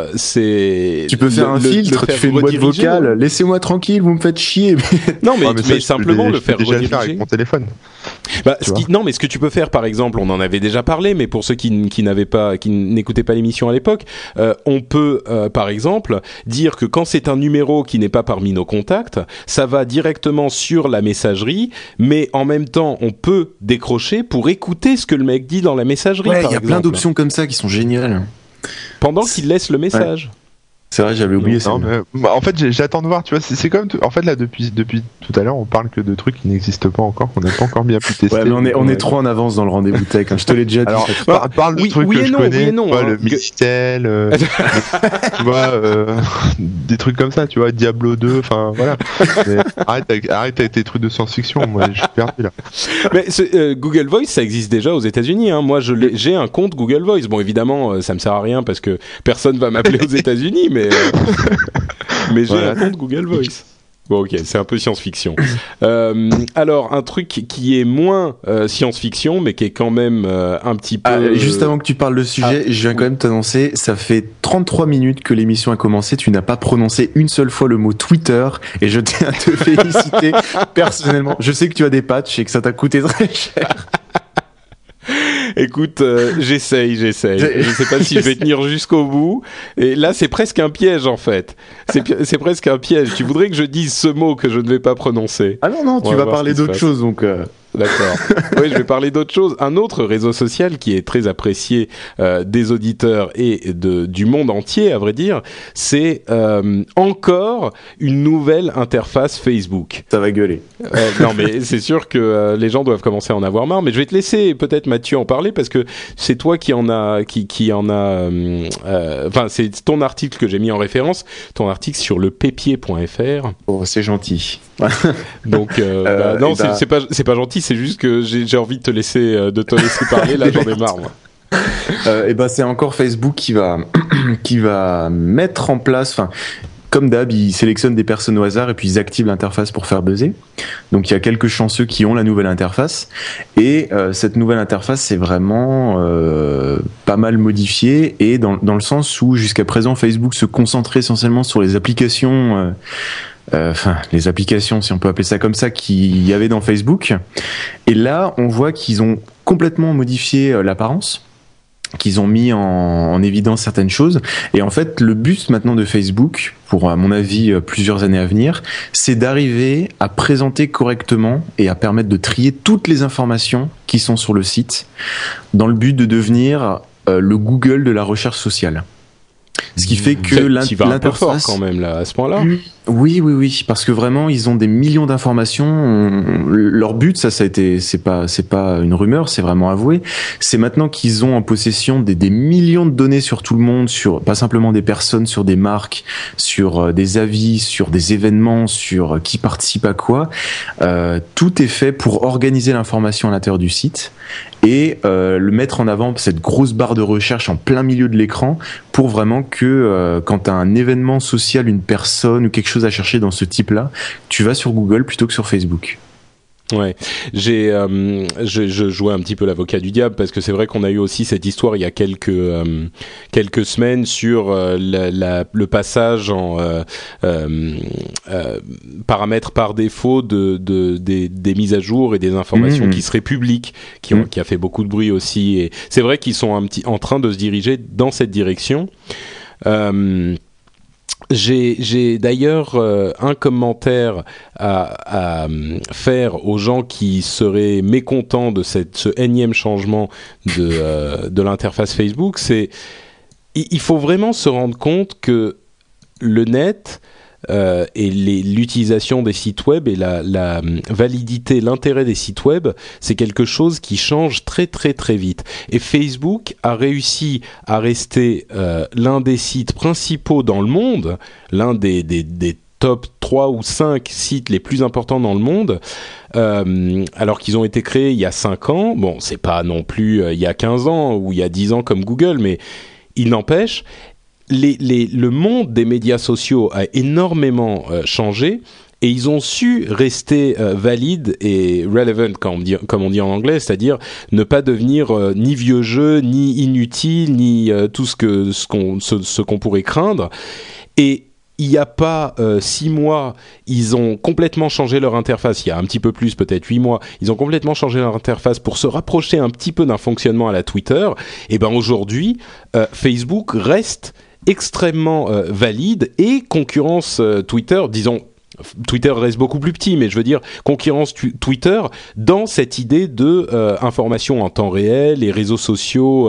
tu peux faire un filtre. Tu fais une boîte vocale. Laissez-moi tranquille, vous me fêtes chier. Non, mais simplement le faire rediriger. Faire avec mon téléphone. Bah, mais ce que tu peux faire, par exemple, on en avait déjà parlé, mais pour ceux qui n'écoutaient pas l'émission à l'époque, on peut par exemple dire que quand c'est un numéro qui n'est pas parmi nos contacts, ça va directement sur la messagerie, mais en même temps on peut décrocher pour écouter ce que le mec dit dans la messagerie. Ouais, il y a plein d'options comme ça qui sont géniales pendant qu'il laisse le message. Ouais. C'est vrai, j'avais oublié ça. En fait, j'attends de voir, tu vois, c'est comme en fait là depuis tout à l'heure, on parle que de trucs qui n'existent pas encore, qu'on n'a pas encore bien pu tester. Ouais, mais on est trop en avance dans le rendez-vous tech, hein, je te l'ai déjà dit. Alors, parle de trucs que je connais, le Minitel, tu vois, des trucs comme ça, tu vois, Diablo 2, enfin voilà. Mais arrête avec tes trucs de science-fiction, moi je suis perdu là. Mais Google Voice, ça existe déjà aux États-Unis, hein. Moi j'ai un compte Google Voice. Bon, évidemment, ça me sert à rien parce que personne va m'appeler aux États-Unis, mais j'ai un compte Google Voice. Bon, ok, c'est un peu science-fiction. Alors, un truc qui est moins science-fiction, mais qui est quand même un petit peu... juste avant que tu parles de sujet, je viens quand même t'annoncer, ça fait 33 minutes que l'émission a commencé, tu n'as pas prononcé une seule fois le mot Twitter, et je tiens à te féliciter personnellement. Je sais que tu as des patchs et que ça t'a coûté très cher. Écoute, j'essaye. Je sais pas si je vais tenir jusqu'au bout. Et là, c'est presque un piège, en fait. C'est presque un piège. Tu voudrais que je dise ce mot que je ne vais pas prononcer. Ah non, tu vas parler d'autre chose, donc... D'accord. Oui, je vais parler d'autre chose. Un autre réseau social qui est très apprécié des auditeurs et du monde entier, à vrai dire, c'est encore une nouvelle interface Facebook. Ça va gueuler. Non, mais c'est sûr que les gens doivent commencer à en avoir marre. Mais je vais te laisser peut-être Mathieu en parler parce que c'est toi qui en a, enfin, c'est ton article que j'ai mis en référence, ton article sur le pépier.fr. Oh, c'est gentil. Donc non, c'est pas gentil, c'est juste que j'ai envie de te laisser parler. Là, j'en ai marre, moi. Et ben c'est encore Facebook qui va mettre en place, enfin comme d'hab, ils sélectionnent des personnes au hasard et puis ils activent l'interface pour faire buzzer. Donc il y a quelques chanceux qui ont la nouvelle interface et cette nouvelle interface c'est vraiment pas mal modifiée et dans le sens où jusqu'à présent Facebook se concentrait essentiellement sur les applications les applications, si on peut appeler ça comme ça, qu'il y avait dans Facebook. Et là, on voit qu'ils ont complètement modifié l'apparence, qu'ils ont mis en évidence certaines choses. Et en fait, le but maintenant de Facebook, pour à mon avis plusieurs années à venir, c'est d'arriver à présenter correctement et à permettre de trier toutes les informations qui sont sur le site, dans le but de devenir le Google de la recherche sociale. Ce qui fait que l'interface quand même là à ce point-là. Oui, parce que vraiment ils ont des millions d'informations. Leur but, c'est pas une rumeur, c'est vraiment avoué. C'est maintenant qu'ils ont en possession des millions de données sur tout le monde, sur pas simplement des personnes, sur des marques, sur des avis, sur des événements, sur qui participe à quoi. Tout est fait pour organiser l'information à l'intérieur du site et le mettre en avant, cette grosse barre de recherche en plein milieu de l'écran, pour vraiment que quand tu as un événement social, une personne ou quelque chose à chercher dans ce type-là, tu vas sur Google plutôt que sur Facebook. Ouais, je jouais un petit peu l'avocat du diable parce que c'est vrai qu'on a eu aussi cette histoire il y a quelques semaines sur le passage en paramètres par défaut des mises à jour et des informations qui seraient publiques, qui a fait beaucoup de bruit aussi. Et c'est vrai qu'ils sont en train de se diriger dans cette direction. J'ai d'ailleurs un commentaire à faire aux gens qui seraient mécontents de ce énième changement de l'interface Facebook. Il faut vraiment se rendre compte que le net et l'utilisation des sites web et la validité, l'intérêt des sites web, c'est quelque chose qui change très très très vite. Et Facebook a réussi à rester l'un des sites principaux dans le monde, l'un des top 3 ou 5 sites les plus importants dans le monde, alors qu'ils ont été créés il y a 5 ans. Bon, c'est pas non plus il y a 15 ans ou il y a 10 ans comme Google, mais il n'empêche... Le monde des médias sociaux a énormément changé et ils ont su rester valides et relevant, comme on dit en anglais, c'est-à-dire ne pas devenir ni vieux jeu, ni inutile, ni tout ce qu'on pourrait craindre. Et il n'y a pas 6 mois, ils ont complètement changé leur interface. Il y a un petit peu plus, peut-être 8 mois, ils ont complètement changé leur interface pour se rapprocher un petit peu d'un fonctionnement à la Twitter. Et ben aujourd'hui, Facebook reste extrêmement valide et concurrence Twitter, disons. Twitter reste beaucoup plus petit, mais je veux dire concurrence Twitter dans cette idée de information en temps réel, les réseaux sociaux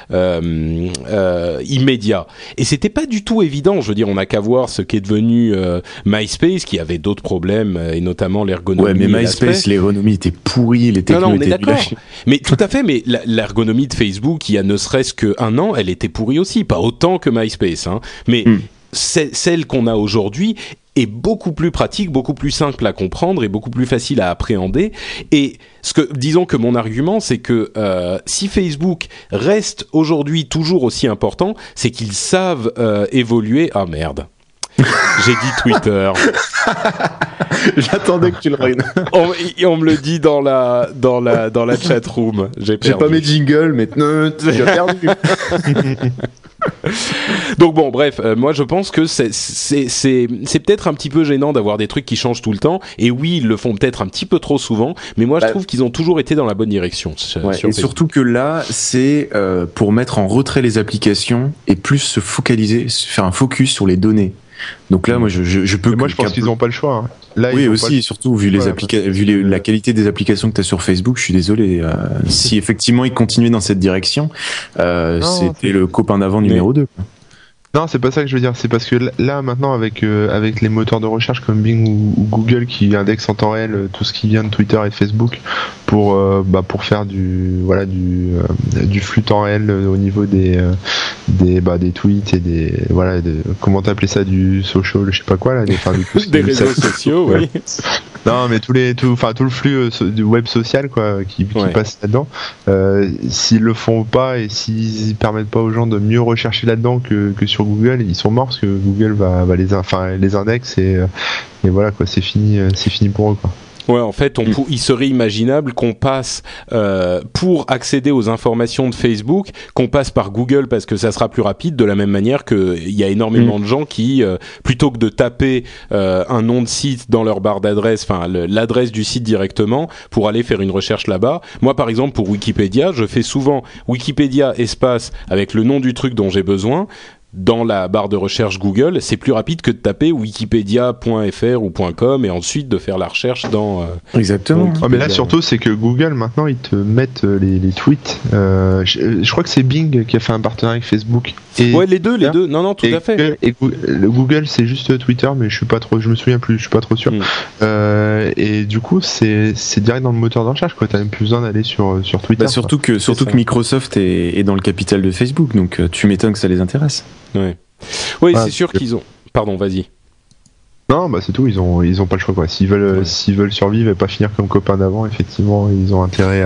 immédiats. Et c'était pas du tout évident. Je veux dire, on n'a qu'à voir ce qu'est devenu MySpace, qui avait d'autres problèmes et notamment l'ergonomie. Ouais, mais MySpace, l'ergonomie était pourrie, les technos étaient d'accord. Mais tout à fait. Mais l'ergonomie de Facebook, il y a ne serait-ce qu'un an, elle était pourrie aussi, pas autant que MySpace, hein. Mais celle qu'on a aujourd'hui est beaucoup plus pratique, beaucoup plus simple à comprendre et beaucoup plus facile à appréhender. Et disons que mon argument, c'est que si Facebook reste aujourd'hui toujours aussi important, c'est qu'ils savent évoluer. Ah merde. J'ai dit Twitter. J'attendais que tu le ruines. On me le dit dans la chatroom. J'ai pas mes jingles, mais j'ai perdu. Donc bon, bref, moi je pense que c'est peut-être un petit peu gênant d'avoir des trucs qui changent tout le temps. Et oui, ils le font peut-être un petit peu trop souvent, mais moi je trouve qu'ils ont toujours été dans la bonne direction. Et surtout que là, c'est pour mettre en retrait les applications et plus se focaliser, faire un focus sur les données. Donc là, moi, je peux. Moi, je pense qu'ils n'ont pas le choix. Hein. Là, oui, aussi, surtout vu la qualité des applications que tu as sur Facebook, je suis désolé. Si effectivement ils continuaient dans cette direction, c'était le copain d'avant numéro 2. Quoi. Non, c'est pas ça que je veux dire. C'est parce que là, maintenant, avec les moteurs de recherche comme Bing ou Google qui indexent en temps réel tout ce qui vient de Twitter et de Facebook pour faire du flux temps réel au niveau des tweets et comment t'appelais ça, du social, je sais pas quoi là, des réseaux sociaux, oui. Non, mais tout le flux du web social quoi qui passe là-dedans. S'ils le font pas et s'ils permettent pas aux gens de mieux rechercher là-dedans que sur Google, ils sont morts parce que Google va les index et voilà quoi, c'est fini pour eux quoi. Ouais, en fait, il serait imaginable qu'on passe pour accéder aux informations de Facebook, qu'on passe par Google parce que ça sera plus rapide. De la même manière qu'il y a énormément de gens qui, plutôt que de taper un nom de site dans leur barre d'adresse, enfin l'adresse du site directement, pour aller faire une recherche là-bas. Moi, par exemple, pour Wikipédia, je fais souvent Wikipédia espace avec le nom du truc dont j'ai besoin. Dans la barre de recherche Google, c'est plus rapide que de taper wikipedia.fr ou .com et ensuite de faire la recherche dans Exactement. Mais là surtout c'est que Google maintenant ils te mettent les tweets. Je crois que c'est Bing qui a fait un partenariat avec Facebook. Ouais, les deux. Non, tout à fait. Et Google c'est juste Twitter, mais je me souviens plus, je suis pas trop sûr. Et du coup c'est direct dans le moteur de recherche quoi. T'as même plus besoin d'aller sur Twitter. Surtout que Microsoft est dans le capital de Facebook, donc tu m'étonnes que ça les intéresse. Ouais. Oui, c'est sûr qu'ils ont. Pardon, vas-y. Non, c'est tout. Ils ont pas le choix quoi. S'ils veulent survivre et pas finir comme copains d'avant, effectivement, ils ont intérêt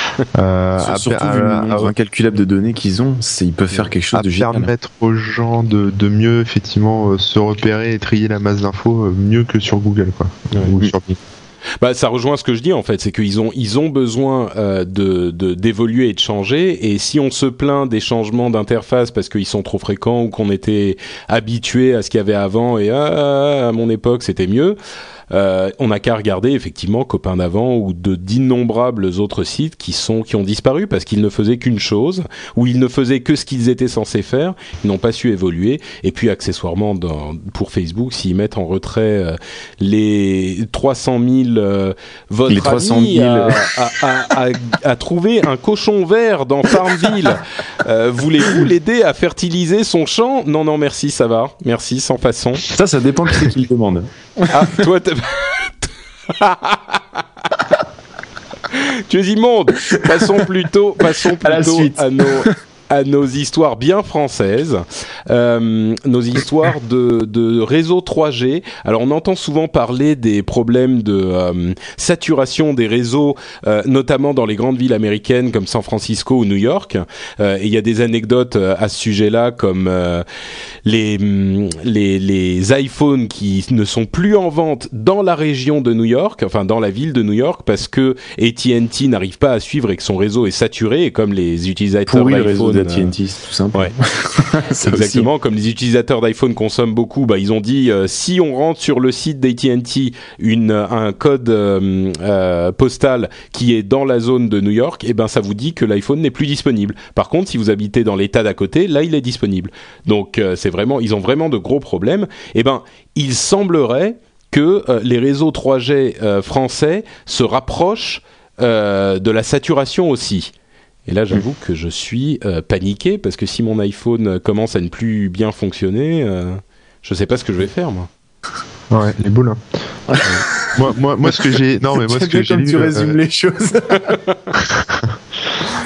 surtout vu le nombre incalculable de données qu'ils ont, ils peuvent faire quelque chose de génial. Permettre aux gens de mieux effectivement se repérer et trier la masse d'infos mieux que sur Google quoi. Ou sur Bing. Ça rejoint ce que je dis en fait, c'est qu'ils ont besoin d'évoluer et de changer, et si on se plaint des changements d'interface parce qu'ils sont trop fréquents ou qu'on était habitué à ce qu'il y avait avant et à mon époque c'était mieux, on n'a qu'à regarder effectivement Copains d'avant ou d'innombrables autres sites qui ont disparu parce qu'ils ne faisaient qu'une chose, ou ils ne faisaient que ce qu'ils étaient censés faire, ils n'ont pas su évoluer. Et puis accessoirement pour Facebook, s'ils mettent en retrait les 300 000 votre ami à trouver un cochon vert dans Farmville, voulez-vous l'aider à fertiliser son champ? Non merci, ça va, merci, sans façon. Ça dépend qui c'est qui le demande. Ah, toi, tu es immonde. Passons plutôt à nos histoires bien françaises, nos histoires de réseau 3G. Alors on entend souvent parler des problèmes de saturation des réseaux, notamment dans les grandes villes américaines comme San Francisco ou New York. Et il y a des anecdotes à ce sujet-là, comme les iPhones qui ne sont plus en vente dans la région de New York, enfin dans la ville de New York, parce que AT&T n'arrive pas à suivre et que son réseau est saturé, et comme les utilisateurs d'iPhone AT&T, c'est tout simple. Ouais. Exactement, comme les utilisateurs d'iPhone consomment beaucoup, ils ont dit si on rentre sur le site d'AT&T un code postal qui est dans la zone de New York, ça vous dit que l'iPhone n'est plus disponible. Par contre, si vous habitez dans l'État d'à côté, là il est disponible. Donc ils ont vraiment de gros problèmes. Il semblerait que les réseaux 3G français se rapprochent de la saturation aussi. Et là, j'avoue que je suis paniqué, parce que si mon iPhone commence à ne plus bien fonctionner, je sais pas ce que je vais faire, moi. Ouais, les boules. Hein. moi, ce que j'ai... Non, mais moi, ce que j'ai lu... tu résumes les choses.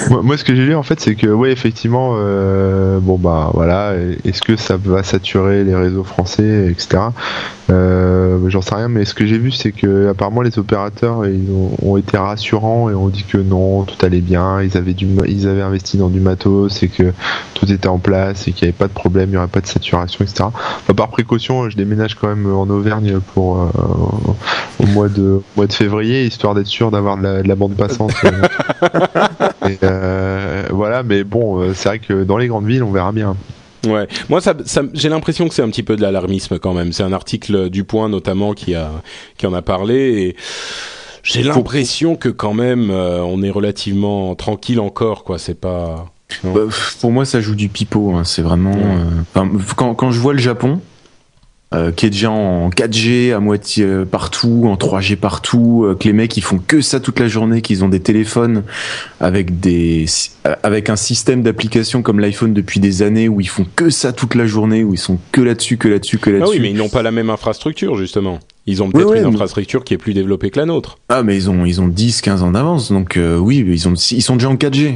Moi, ce que j'ai lu en fait, c'est que ouais, effectivement, bon bah voilà, est-ce que ça va saturer les réseaux français, etc. J'en sais rien, mais ce que j'ai vu, c'est que apparemment les opérateurs ils ont été rassurants et ont dit que non, tout allait bien, ils avaient investi dans du matos et que tout était en place et qu'il n'y avait pas de problème, il n'y aurait pas de saturation, etc. Enfin, par précaution, je déménage quand même en Auvergne pour au mois de février, histoire d'être sûr d'avoir de la bande passante. Et voilà, mais bon, c'est vrai que dans les grandes villes, on verra bien. Ouais, moi j'ai l'impression que c'est un petit peu de l'alarmisme quand même. C'est un article du Point notamment qui en a parlé et j'ai l'impression que quand même on est relativement tranquille encore, quoi. C'est pas. Pour moi, ça joue du pipeau. Hein. C'est vraiment. Quand je vois le Japon. Qui est déjà en 4G à moitié partout, en 3G partout, que les mecs ils font que ça toute la journée, qu'ils ont des téléphones avec un système d'application comme l'iPhone depuis des années où ils font que ça toute la journée, où ils sont que là-dessus. Ah oui, mais ils n'ont pas la même infrastructure justement. Ils ont peut-être une infrastructure qui est plus développée que la nôtre. Ah, mais ils ont 10-15 ans d'avance, donc oui, ils sont déjà en 4G.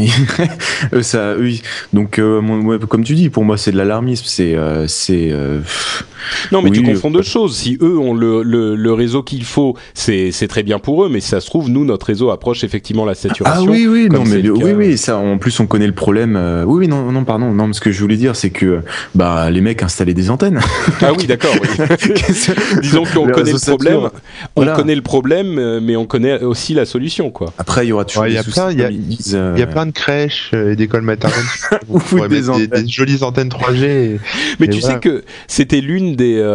Donc, comme tu dis, pour moi, c'est de l'alarmisme. Non, mais tu confonds deux choses. Si eux ont le réseau qu'il faut, c'est très bien pour eux, mais si ça se trouve, nous, notre réseau approche effectivement la saturation. Ah oui, ça, en plus, on connaît le problème. Pardon. Non, ce que je voulais dire, c'est que, les mecs installaient des antennes. Ah oui, d'accord, oui. Disons qu'on connaît le problème. Connaît le problème, mais on connaît aussi la solution, quoi. Après, il y aura toujours des soucis. Il y a plein de crèches et d'écoles maternelles où vous des jolies antennes 3G. Mais tu sais que c'était l'une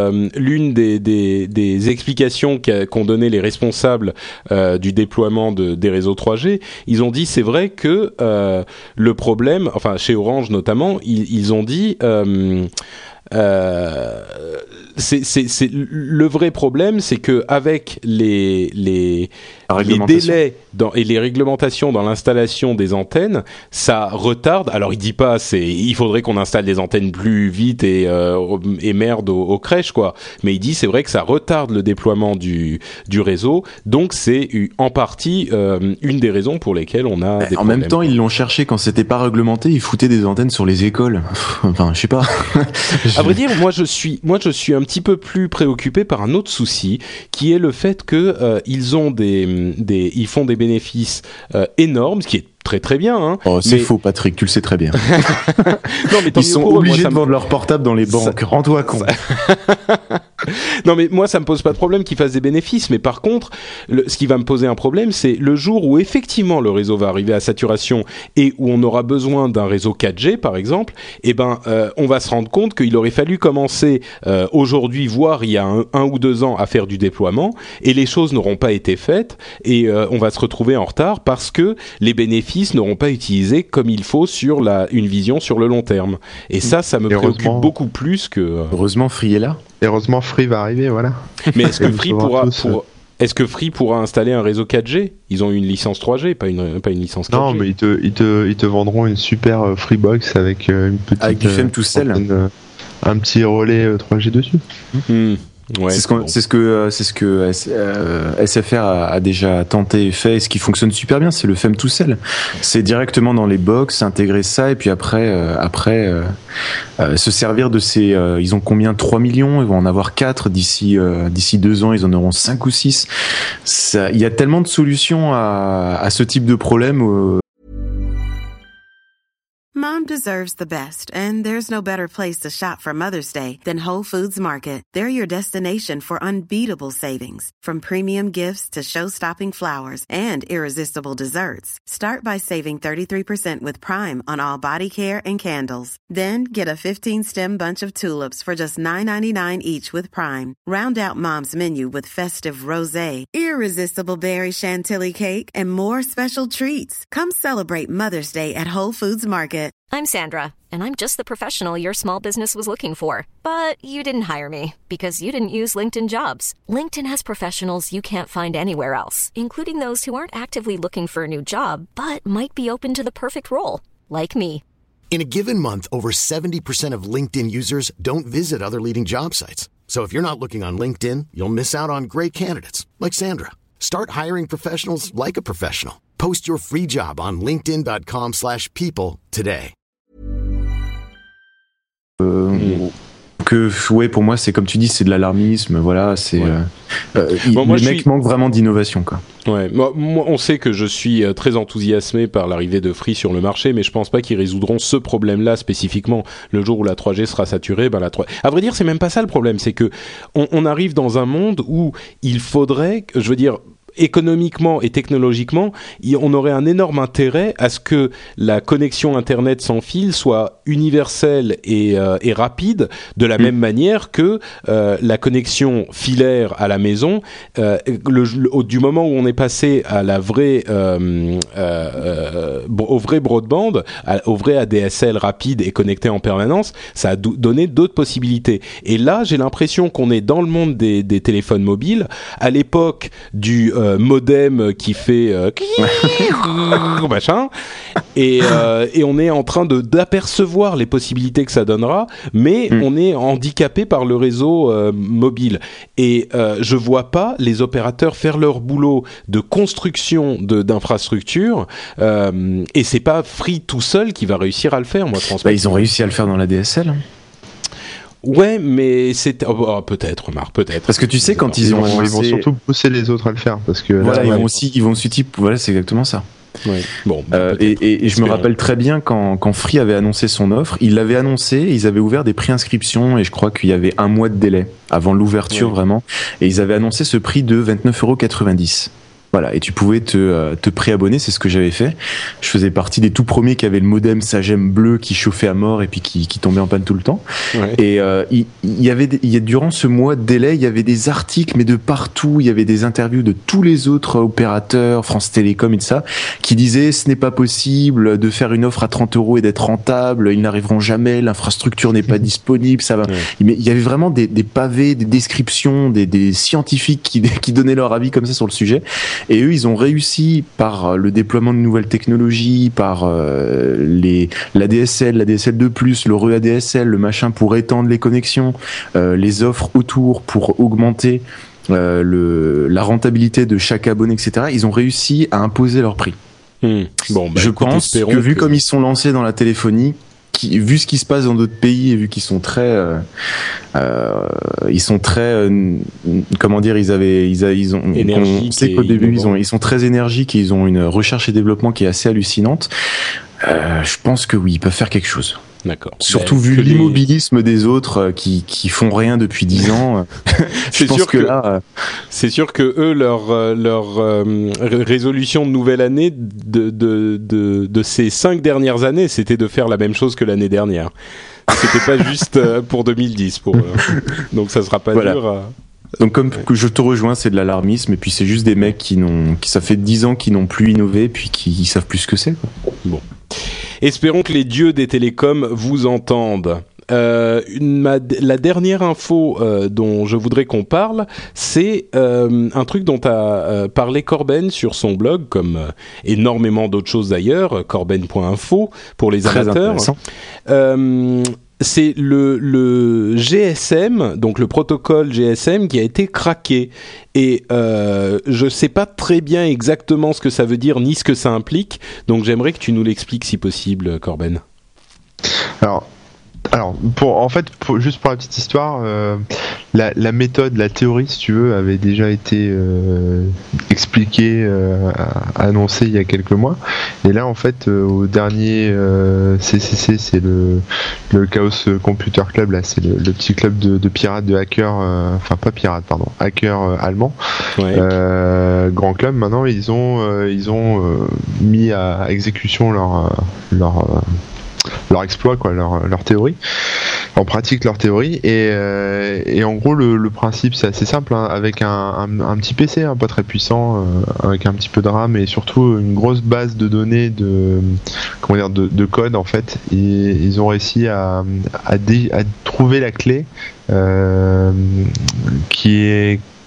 des explications qu'ont donné les responsables du déploiement des réseaux 3G. Ils ont dit, c'est vrai que le problème, enfin chez Orange notamment, ils ont dit c'est le vrai problème, c'est que avec les délais et les réglementations dans l'installation des antennes, ça retarde. Alors il dit pas, il faudrait qu'on installe des antennes plus vite et merde aux crèches, quoi. Mais il dit, c'est vrai que ça retarde le déploiement du réseau. Donc c'est en partie une des raisons pour lesquelles on a des problèmes. En même temps, ils l'ont cherché quand c'était pas réglementé. Ils foutaient des antennes sur les écoles. Enfin, je sais pas. À vrai dire, moi je suis un petit peu plus préoccupé par un autre souci, qui est le fait que ils font des bénéfices énormes, ce qui est très très bien. Hein. Oh, c'est faux, Patrick, tu le sais très bien. Non, mais ils sont obligés de vendre leur portable dans les banques. Rends-toi compte. Non, mais moi, ça me pose pas de problème qu'ils fassent des bénéfices. Mais par contre, ce qui va me poser un problème, c'est le jour où effectivement le réseau va arriver à saturation et où on aura besoin d'un réseau 4G, par exemple. On va se rendre compte qu'il aurait fallu commencer aujourd'hui, voire il y a un ou 2 ans, à faire du déploiement, et les choses n'auront pas été faites, et on va se retrouver en retard parce que les bénéfices n'auront pas utilisé comme il faut sur une vision sur le long terme. Et ça me préoccupe beaucoup plus que... Heureusement, Free est là. Heureusement, Free va arriver, voilà. Mais est-ce que Free pourra installer un réseau 4G ? Ils ont une licence 3G, pas une licence 4G. Non, mais ils te vendront une super Freebox avec une petite... Avec du FEM-to-Cell. Un petit relais 3G dessus. Ouais, c'est ce que SFR a déjà tenté et fait, et ce qui fonctionne super bien, c'est le FEM-to-Cell. C'est directement dans les box, intégrer ça, et puis après se servir de ces... ils ont combien ? 3 millions, ils vont en avoir 4 d'ici 2 ans, ils en auront 5 ou 6. Il y a tellement de solutions à ce type de problème. Mom deserves the best, and there's no better place to shop for Mother's Day than Whole Foods Market. They're your destination for unbeatable savings, from premium gifts to show-stopping flowers and irresistible desserts. Start by saving 33% with Prime on all body care and candles. Then get a 15-stem bunch of tulips for just $9.99 each with Prime. Round out Mom's menu with festive rosé, irresistible berry chantilly cake, and more special treats. Come celebrate Mother's Day at Whole Foods Market. I'm Sandra, and I'm just the professional your small business was looking for. But you didn't hire me because you didn't use LinkedIn Jobs. LinkedIn has professionals you can't find anywhere else, including those who aren't actively looking for a new job, but might be open to the perfect role, like me. In a given month, over 70% of LinkedIn users don't visit other leading job sites. So if you're not looking on LinkedIn, you'll miss out on great candidates, like Sandra. Start hiring professionals like a professional. Post your free job on linkedin.com/people today. Pour moi, c'est comme tu dis, c'est de l'alarmisme. Voilà, c'est les mecs manquent vraiment d'innovation, quoi. Ouais, moi, on sait que je suis très enthousiasmé par l'arrivée de Free sur le marché, mais je pense pas qu'ils résoudront ce problème-là spécifiquement. Le jour où la 3G sera saturée, à vrai dire, c'est même pas ça le problème, c'est que on arrive dans un monde où il faudrait, je veux dire, économiquement et technologiquement, on aurait un énorme intérêt à ce que la connexion Internet sans fil soit universelle et rapide, de la même manière que la connexion filaire à la maison. Du moment où on est passé à la vraie, au vrai broadband, au vrai ADSL rapide et connecté en permanence, ça a donné d'autres possibilités. Et là, j'ai l'impression qu'on est dans le monde des téléphones mobiles, à l'époque du modem qui fait machin, et on est en train d'apercevoir les possibilités que ça donnera, mais on est handicapé par le réseau mobile. Et je vois pas les opérateurs faire leur boulot de construction d'infrastructures, et c'est pas Free tout seul qui va réussir à le faire. Moi, je pense pas. Ils ont réussi à le faire dans la DSL. Ouais, mais c'est peut-être, Marc, peut-être. Parce que tu sais, quand ils vont surtout pousser les autres à le faire, parce que voilà, ils vont aussi voilà, c'est exactement ça. Ouais. Bon, et je me rappelle très bien quand Free avait annoncé son offre, ils l'avaient annoncé, ils avaient ouvert des préinscriptions et je crois qu'il y avait 1 mois de délai avant l'ouverture vraiment, et ils avaient annoncé ce prix de 29,90 €. Voilà, et tu pouvais te préabonner, c'est ce que j'avais fait. Je faisais partie des tout premiers qui avaient le modem Sagem bleu qui chauffait à mort et puis qui tombait en panne tout le temps. Ouais. Et durant ce mois de délai, il y avait des articles, mais de partout, il y avait des interviews de tous les autres opérateurs, France Télécom et tout ça, qui disaient ce n'est pas possible de faire une offre à 30 € et d'être rentable, ils n'arriveront jamais, l'infrastructure n'est pas disponible, ça va. Ouais. Mais il y avait vraiment des pavés, des descriptions, des scientifiques qui donnaient leur avis comme ça sur le sujet. Et eux, ils ont réussi par le déploiement de nouvelles technologies, par la DSL, la DSL2+, le re-ADSL, le machin pour étendre les connexions, les offres autour pour augmenter la rentabilité de chaque abonné, etc. Ils ont réussi à imposer leur prix. Bon, je pense que vu comme ils sont lancés dans la téléphonie, vu ce qui se passe dans d'autres pays et vu qu'ils sont très comment dire, ils ont on sait qu'au début ils sont très énergiques et ils ont une recherche et développement qui est assez hallucinante. Je pense que oui, ils peuvent faire quelque chose. D'accord. Surtout vu l'immobilisme des autres qui font rien depuis 10 ans. C'est sûr que eux leur résolution de nouvelle année de ces 5 dernières années, c'était de faire la même chose que l'année dernière. C'était pas juste pour 2010 pour eux. Donc ça sera pas dur. Donc comme je te rejoins, c'est de l'alarmisme et puis c'est juste des mecs qui ça fait 10 ans qu'ils n'ont plus innové puis qui savent plus ce que c'est, quoi. Bon. Espérons que les dieux des télécoms vous entendent. La dernière info dont je voudrais qu'on parle, c'est un truc dont a parlé Corben sur son blog, comme énormément d'autres choses d'ailleurs, corben.info pour les amateurs. C'est le GSM, donc le protocole GSM qui a été craqué. Et je sais pas très bien exactement ce que ça veut dire ni ce que ça implique, donc j'aimerais que tu nous l'expliques si possible, Corben. Alors, juste pour la petite histoire, la méthode, la théorie, si tu veux, avait déjà été expliquée, annoncée il y a quelques mois. Et là, en fait, au dernier CCC, c'est le Chaos Computer Club, là, c'est le petit club de pirates, de hackers, enfin pas pirates, pardon, hackers allemands. Ouais. Grand club. Maintenant, ils ont mis à exécution leur exploit, quoi, leur théorie, en pratique leur théorie, et en gros le principe c'est assez simple, hein, avec un petit PC, hein, pas très puissant, avec un petit peu de RAM et surtout une grosse base de données de code, en fait, et ils ont réussi à trouver la clé qui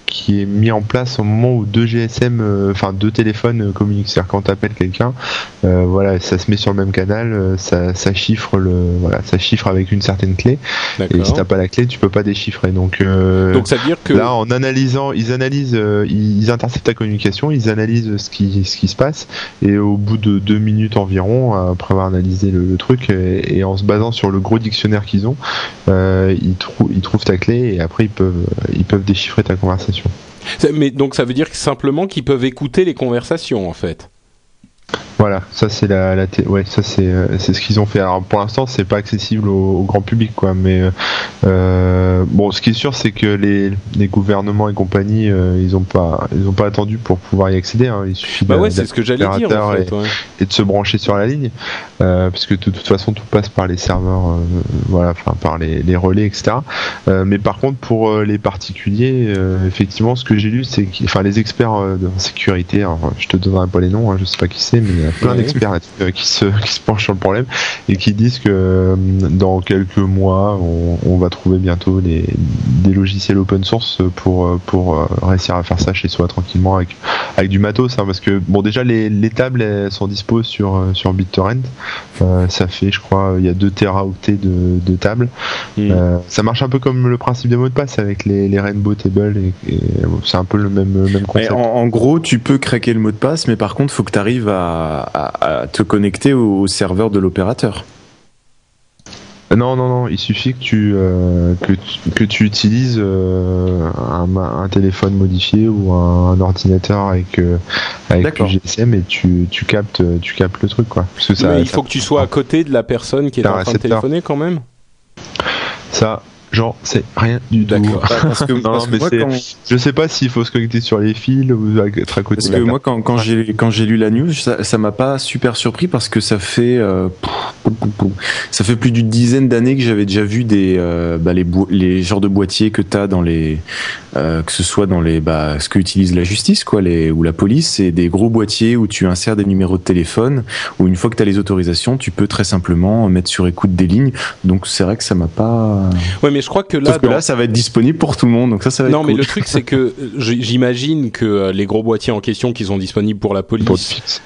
qui est mis en place au moment où deux téléphones communiquent. C'est-à-dire quand t'appelles quelqu'un, ça se met sur le même canal, ça chiffre ça chiffre avec une certaine clé. D'accord. Et si t'as pas la clé, tu peux pas déchiffrer. Donc ça veut dire que là, en analysant, ils interceptent ta communication, ils analysent ce qui se passe, et au bout de 2 minutes environ, après avoir analysé le truc, et en se basant sur le gros dictionnaire qu'ils ont, ils trouvent ta clé, et après ils peuvent déchiffrer ta conversation. Mais donc ça veut dire simplement qu'ils peuvent écouter les conversations en fait. Voilà, ça c'est c'est ce qu'ils ont fait. Alors pour l'instant, c'est pas accessible au grand public, quoi. Mais ce qui est sûr, c'est que les gouvernements et compagnie, ils ont pas attendu pour pouvoir y accéder. Hein. Il suffit c'est ce que j'allais dire en fait, et de se brancher sur la ligne, parce que de toute façon, tout passe par les serveurs, par les relais, etc. Mais par contre, pour les particuliers, effectivement, ce que j'ai lu, c'est les experts de sécurité. Alors, je te donnerai pas les noms, hein, je sais pas qui c'est, mais il y a plein d'experts qui se penchent sur le problème et qui disent que dans quelques mois on va trouver bientôt des logiciels open source pour réussir à faire ça chez soi tranquillement avec du matos, hein, parce que déjà les tables elles sont dispo sur BitTorrent, ça fait je crois il y a 2 téraoctets de tables. Ça marche un peu comme le principe des mots de passe avec les Rainbow Tables et c'est un peu le même concept. En gros tu peux craquer le mot de passe, mais par contre faut que tu arrives à te connecter au serveur de l'opérateur. Non, il suffit que tu utilises un téléphone modifié ou un ordinateur avec le GSM, et tu captes le truc, quoi. Parce que mais il faut que tu sois à côté de la personne qui est en train de téléphoner quand même. Ça, j'en sais rien du tout. D'accord. Je sais pas s'il faut se connecter sur les fils ou être à côté. Parce que moi, quand j'ai lu la news, ça m'a pas super surpris, parce que ça fait plus d'une dizaine d'années que j'avais déjà vu les genres de boîtiers que t'as dans les que ce soit dans les ce que utilise la justice, quoi, ou la police, c'est des gros boîtiers où tu insères des numéros de téléphone, où une fois que t'as les autorisations, tu peux très simplement mettre sur écoute des lignes. Donc c'est vrai que ça m'a pas. Ouais, mais je crois que là, là, ça va être disponible pour tout le monde, donc ça va être cool. Mais le truc, c'est que j'imagine que les gros boîtiers en question qui sont disponibles pour la police,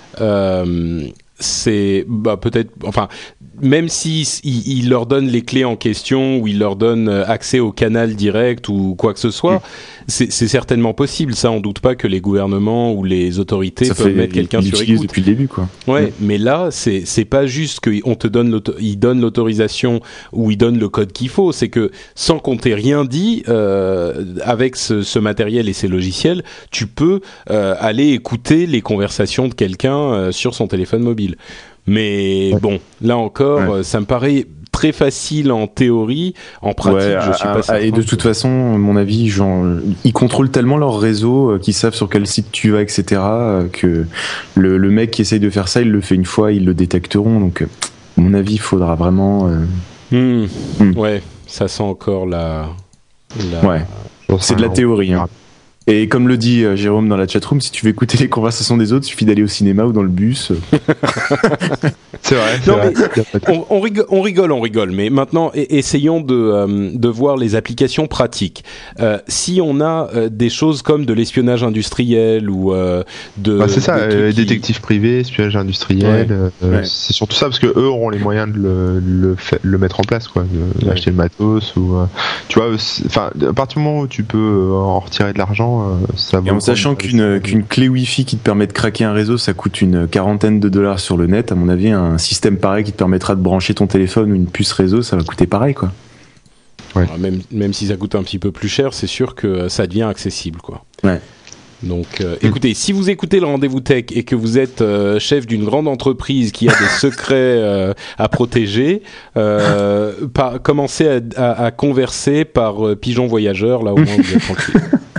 c'est peut-être, même si il leur donne les clés en question, ou il leur donne accès au canal direct ou quoi que ce soit, c'est certainement possible. Ça, on doute pas que les gouvernements ou les autorités peuvent mettre quelqu'un sur écoute depuis le début, quoi. Ouais, mais là, c'est pas juste qu'on te donne il donne l'autorisation ou il donne le code qu'il faut. C'est que sans qu'on t'ait rien dit, avec ce matériel et ces logiciels, tu peux aller écouter les conversations de quelqu'un sur son téléphone mobile. Mais bon, là encore, ça me paraît très facile en théorie, en pratique, je suis pas certain. Et de toute façon, à mon avis, ils contrôlent tellement leur réseau, qu'ils savent sur quel site tu vas, etc., que le mec qui essaye de faire ça, il le fait une fois, ils le détecteront. Donc, à mon avis, il faudra vraiment. Ouais, ça sent encore la... Ouais, c'est de la théorie, hein. Et comme le dit Jérôme dans la chatroom, si tu veux écouter les conversations des autres, il suffit d'aller au cinéma ou dans le bus. C'est vrai. On rigole. Mais maintenant, essayons de voir les applications pratiques. Si on a des choses comme de l'espionnage industriel ou c'est ça, détective privé, espionnage industriel. C'est surtout ça, parce que eux auront les moyens de le mettre en place, quoi, d'acheter le matos ou tu vois. À partir du moment où tu peux en retirer de l'argent. Et en sachant qu'une clé Wi-Fi qui te permet de craquer un réseau, ça coûte une quarantaine de dollars sur le net. À mon avis, un système pareil qui te permettra de brancher ton téléphone ou une puce réseau, ça va coûter pareil, quoi. Ouais. Même si ça coûte un petit peu plus cher, c'est sûr que ça devient accessible, quoi. Ouais. Donc, écoutez, si vous écoutez le Rendez-vous Tech et que vous êtes chef d'une grande entreprise qui a des secrets à protéger, commencez à converser par pigeon voyageur, là au moins vous êtes tranquille.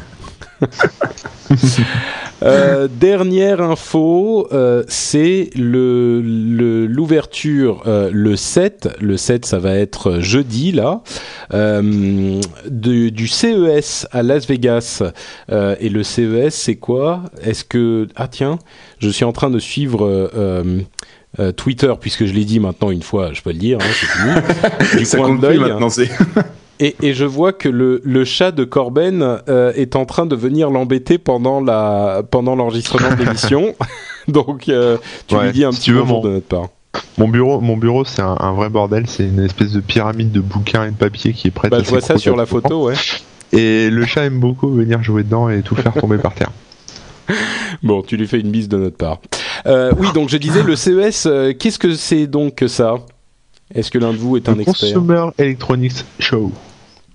Dernière info, c'est l'ouverture le 7. Le 7, ça va être jeudi là, du CES à Las Vegas. Et le CES, c'est quoi ? Est-ce que je suis en train de suivre Twitter, puisque je l'ai dit maintenant une fois, je peux le dire, hein, c'est fini. Du ça compte plus maintenant, c'est. Et je vois que le chat de Corben est en train de venir l'embêter pendant l'enregistrement de l'émission. Donc tu lui dis un petit bonjour de notre part. Mon bureau, c'est un vrai bordel. C'est une espèce de pyramide de bouquins et de papier qui est prête à je vois ça sur la photo, ouais. Et le chat aime beaucoup venir jouer dedans et tout faire tomber par terre. Bon, tu lui fais une bise de notre part. Oui, donc je disais, le CES, qu'est-ce que c'est donc que ça ? Est-ce que l'un de vous est un expert ? Consumer Electronics Show. Wouhou !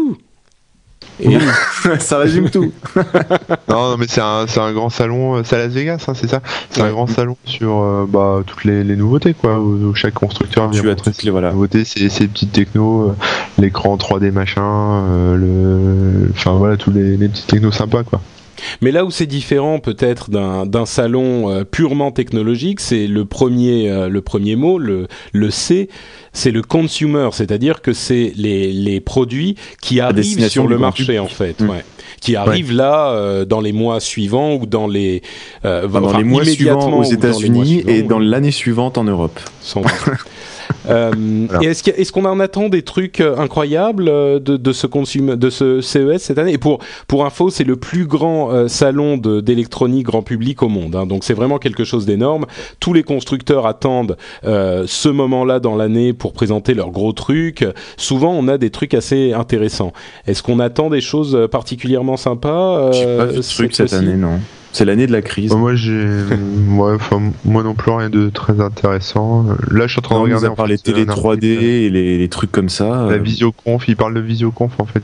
Et ça résume tout. non, mais c'est un grand salon, c'est à Las Vegas, hein, c'est ça. C'est un grand salon sur toutes les nouveautés, quoi. Où chaque constructeur vient montrer ses nouveautés, ses petites technos, l'écran 3D machin, tous les petites technos sympas, quoi. Mais là où c'est différent peut-être d'un salon purement technologique, c'est le premier mot, le C, c'est le consumer, c'est-à-dire que c'est les produits qui arrivent sur le marché en fait, qui arrivent là dans les mois suivants ou dans les dans les mois suivants aux États-Unis et dans l'année suivante en Europe. Sans doute. Et est-ce qu'on en attend des trucs incroyables de ce CES cette année ? Et pour info, c'est le plus grand salon d'électronique grand public au monde, hein, donc c'est vraiment quelque chose d'énorme. Tous les constructeurs attendent ce moment-là dans l'année pour présenter leurs gros trucs. Souvent, on a des trucs assez intéressants. Est-ce qu'on attend des choses particulièrement sympas J'ai pas vu de trucs cette année, non. C'est l'année de la crise. Moi non plus rien de très intéressant. Là, je suis en train de regarder. À part les télé 3D et les trucs comme ça. La visioconf, il parle de visioconf en fait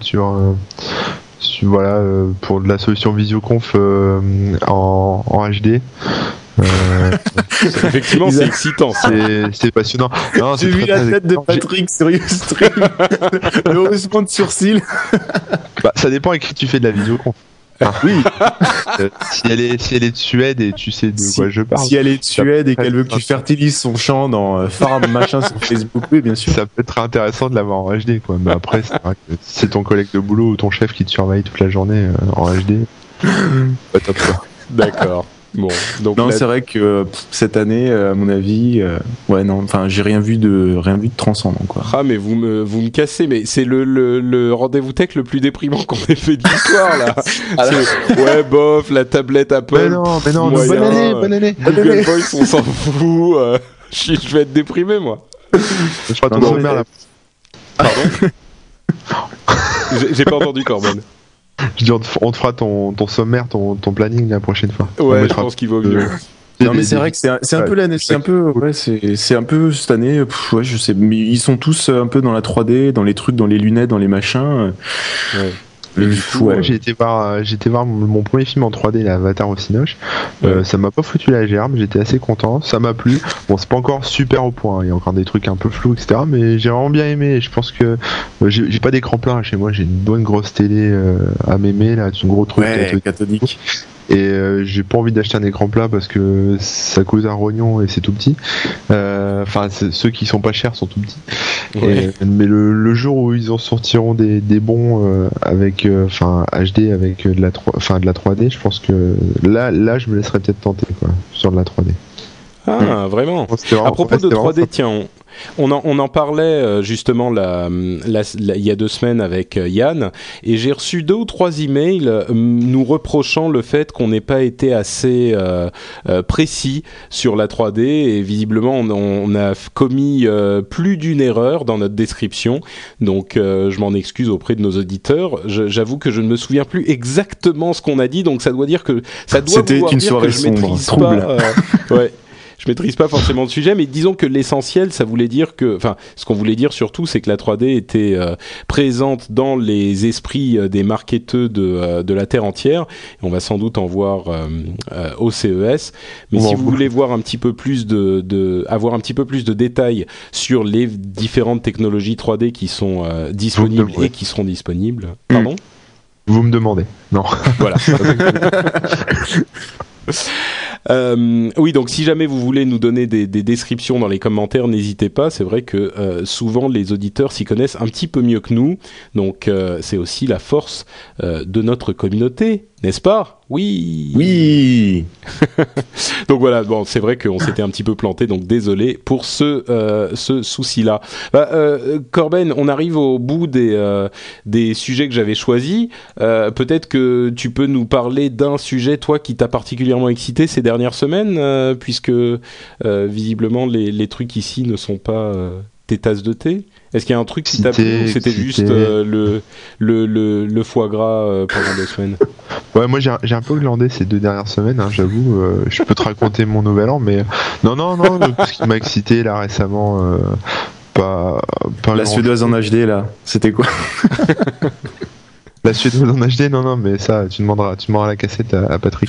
pour de la solution visioconf en HD. Effectivement, c'est excitant. C'est passionnant. Non, j'ai vu la tête de Patrick sur Ustream. Le haussement de sourcil. Ça dépend avec qui tu fais de la visioconf. Oui. Si elle est de Suède et tu sais de quoi je parle. Si elle est de Suède et qu'elle veut que tu fertilises son champ dans Farm machin sur Facebook, oui, bien sûr. Ça peut être intéressant de l'avoir en HD, quoi. Mais après, c'est vrai que si c'est ton collègue de boulot ou ton chef qui te surveille toute la journée en HD, pas top, quoi. D'accord. Bon, donc non, c'est vrai que cette année, à mon avis, j'ai rien vu de transcendant, quoi. Ah, mais vous me cassez, mais c'est le rendez-vous tech le plus déprimant qu'on ait fait de l'histoire, là. Ouais, bof, la tablette Apple. Mais non, moyen, bonne année. Google Voice, on s'en fout. Je vais être déprimé, moi. Je ferai ton sommaire, là. Pardon. J'ai pas entendu, Corben. Je dis, on te fera ton sommaire, ton planning la prochaine fois. Ouais, je pense qu'il vaut mieux. Non, mais c'est vrai que c'est un peu l'année, c'est un peu cette année, je sais, mais ils sont tous un peu dans la 3D, dans les trucs, dans les lunettes, dans les machins. Ouais. J'ai été voir mon premier film en 3D, l'Avatar au Cinoche. Ça m'a pas foutu la gerbe, j'étais assez content, ça m'a plu. Bon, c'est pas encore super au point, il y a encore des trucs un peu flous, etc. Mais j'ai vraiment bien aimé. Je pense que j'ai pas d'écran plat chez moi, j'ai une bonne grosse télé à m'aimer là, c'est un gros truc cathodique. Et j'ai pas envie d'acheter un écran plat parce que ça coûte un rognon et c'est tout petit. Ceux qui sont pas chers sont tout petits. Ouais. Mais le jour où ils en sortiront des bons avec HD avec de la 3D, je pense que là je me laisserai peut-être tenter, quoi, sur de la 3D. Ah, vraiment. À propos de 3D, tiens, on en parlait justement il y a 2 semaines avec Yann, et j'ai reçu 2 ou 3 emails nous reprochant le fait qu'on n'ait pas été assez précis sur la 3D, et visiblement on a commis plus d'une erreur dans notre description, donc je m'en excuse auprès de nos auditeurs. J'avoue que je ne me souviens plus exactement ce qu'on a dit, donc ça doit dire que c'était une soirée sombre, trouble. Ouais. Je maîtrise pas forcément le sujet, mais disons que l'essentiel, ça voulait dire que, ce qu'on voulait dire surtout, c'est que la 3D était présente dans les esprits des marketeurs de la terre entière. Et on va sans doute en voir au CES. Mais si vous voulez voir un petit peu plus avoir un petit peu plus de détails sur les différentes technologies 3D qui sont disponibles et qui seront disponibles. Pardon ? Vous me demandez. Non. Voilà. Oui, donc si jamais vous voulez nous donner des descriptions dans les commentaires, n'hésitez pas. C'est vrai que souvent les auditeurs s'y connaissent un petit peu mieux que nous, donc c'est aussi la force de notre communauté, N'est-ce pas ? Oui. Oui. Donc voilà, bon, c'est vrai qu'on s'était un petit peu planté, donc désolé pour ce souci-là. Corben, on arrive au bout des sujets que j'avais choisis. Peut-être que tu peux nous parler d'un sujet, toi, qui t'a particulièrement excité ces dernières semaines, puisque visiblement les trucs ici ne sont pas tes tasses de thé. Est-ce qu'il y a un truc qui t'a plu ou c'était juste le foie gras pendant 2 semaines? Ouais, moi j'ai un peu glandé ces 2 dernières semaines, hein, j'avoue. Je peux te raconter mon nouvel an, mais non, ce qui m'a excité là récemment, pas la suédoise en HD là, c'était quoi? La suédoise en HD, non, mais ça, tu demanderas la cassette à Patrick.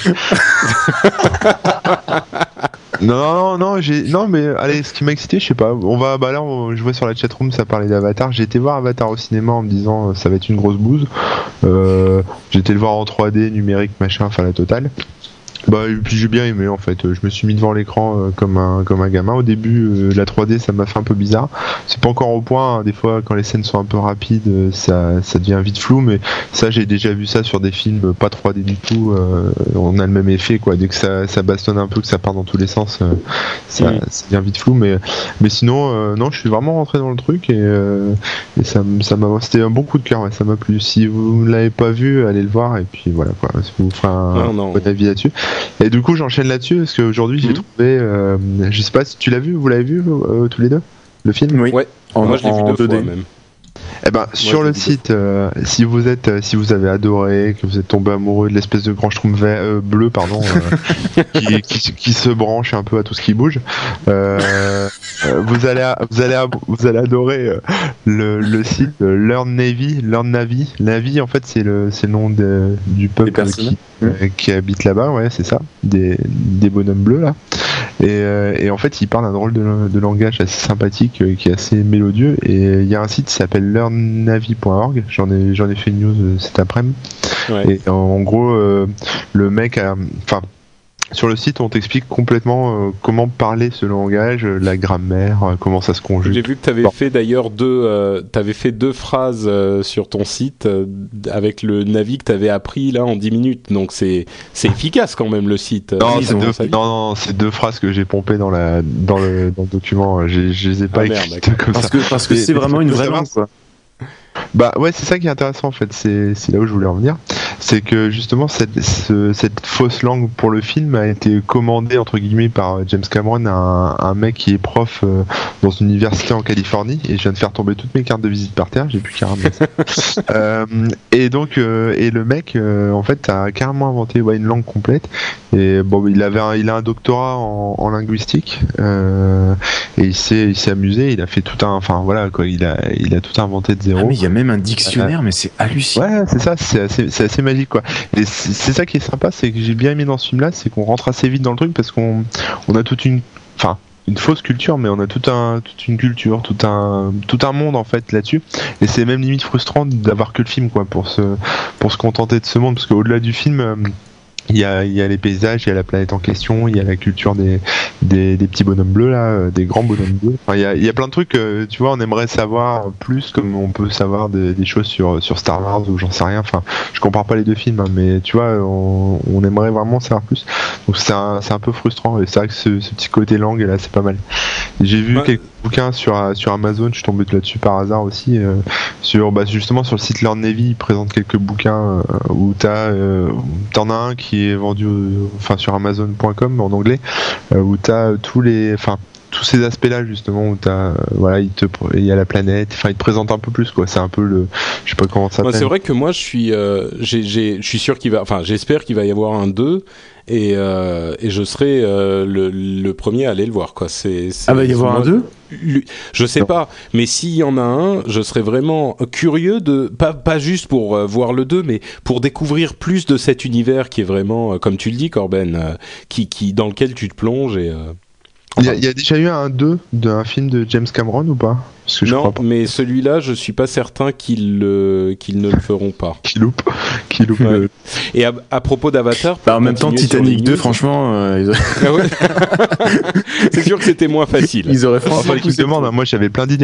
Non, mais allez, ce qui m'a excité, je sais pas. Je vois sur la chatroom, ça parlait d'Avatar. J'ai été voir Avatar au cinéma en me disant ça va être une grosse bouse. J'ai été le voir en 3D, numérique, machin, enfin la totale. Et puis j'ai bien aimé en fait. Je me suis mis devant l'écran comme un gamin. Au début, la 3D ça m'a fait un peu bizarre. C'est pas encore au point. Hein. Des fois, quand les scènes sont un peu rapides, ça devient vite flou. Mais ça, j'ai déjà vu ça sur des films pas 3D du tout. On a le même effet quoi. Dès que ça bastonne un peu, que ça part dans tous les sens, ça devient vite flou. Mais sinon, non, je suis vraiment rentré dans le truc et c'était un bon coup de cœur. Ouais, ça m'a plu. Si vous ne l'avez pas vu, allez le voir et puis voilà quoi. Si vous ferez un bon avis là-dessus. Et du coup j'enchaîne là-dessus parce qu'aujourd'hui j'ai trouvé je sais pas si tu l'as vu, vous l'avez vu tous les deux le film? Oui. Ouais. Moi je l'ai vu 2 fois même. Eh ben sur le site, si vous avez adoré, que vous êtes tombé amoureux de l'espèce de grand schtroumpf bleu, qui se branche un peu à tout ce qui bouge, vous allez adorer le site Learn Navy. Navy en fait c'est le nom du peuple qui habite là-bas, ouais c'est ça, des bonhommes bleus là. Et en fait, il parle un drôle de langage assez sympathique, qui est assez mélodieux. Et il y a un site qui s'appelle learnnavi.org. J'en ai fait une news cet après-midi. Ouais. Et en gros, le mec sur le site, on t'explique complètement comment parler ce langage, la grammaire, comment ça se conjugue. J'ai vu que tu avais fait d'ailleurs 2 phrases sur ton site avec le Navi que tu avais appris là en 10 minutes. Donc c'est efficace quand même le site. Non, c'est 2 phrases que j'ai pompées dans le document. Je les ai pas écrites comme ça. Parce que c'est vraiment une vraie langue quoi. Ouais, c'est ça qui est intéressant en fait, c'est là où je voulais en venir. C'est que justement cette fausse langue pour le film a été commandée entre guillemets par James Cameron à un mec qui est prof dans une université en Californie, et je viens de faire tomber toutes mes cartes de visite par terre, j'ai plus qu'à ramener ça. Et donc et le mec en fait a carrément inventé une langue complète. Et bon, il a un doctorat en linguistique et il s'est amusé, il a fait tout il a tout inventé de zéro. Ah mais il y a même un dictionnaire, mais c'est hallucinant. Ouais, c'est ça, c'est assez magique quoi. Et c'est ça qui est sympa, c'est que j'ai bien aimé dans ce film là, c'est qu'on rentre assez vite dans le truc parce qu'on a toute une fausse culture, mais on a toute une culture, tout un monde en fait là-dessus. Et c'est même limite frustrant d'avoir que le film quoi pour se contenter de ce monde, parce qu'au-delà du film, il y a les paysages, il y a la planète en question, il y a la culture des petits bonhommes bleus là, des grands bonhommes bleus. Enfin, il y a plein de trucs, tu vois, on aimerait savoir plus, comme on peut savoir des choses sur Star Wars ou j'en sais rien. Enfin, je compare pas les 2 films, hein, mais tu vois, on aimerait vraiment savoir plus. Donc c'est un peu frustrant. Et c'est vrai que ce petit côté langue là, c'est pas mal. J'ai vu quelques bouquins sur Amazon, je suis tombé là-dessus par hasard aussi, justement sur le site Learn Navy, ils présentent quelques bouquins où t'en as un qui est vendu sur Amazon.com en anglais, où t'as tous ces aspects-là justement, où il y a la planète, il te présente un peu plus quoi. C'est un peu je sais pas comment ça s'appelle. C'est vrai que moi je suis sûr j'espère qu'il va y avoir un 2 et je serai le premier à aller le voir quoi. Va y avoir un 2 ? Je sais pas, mais s'il y en a un, je serais vraiment curieux de pas juste pour voir le 2, mais pour découvrir plus de cet univers qui est vraiment, comme tu le dis Corben, qui dans lequel tu te plonges et il y a déjà eu un 2 d'un film de James Cameron ou pas? Parce que je crois pas. Mais celui-là, je suis pas certain qu'ils ne le feront pas. Qui loupe. Ouais. Et à propos d'Avatar, en même temps, Titanic 2, franchement, Ah ouais. C'est sûr que c'était moins facile. Ils auraient franchement. Moi, j'avais plein d'idées. Hein.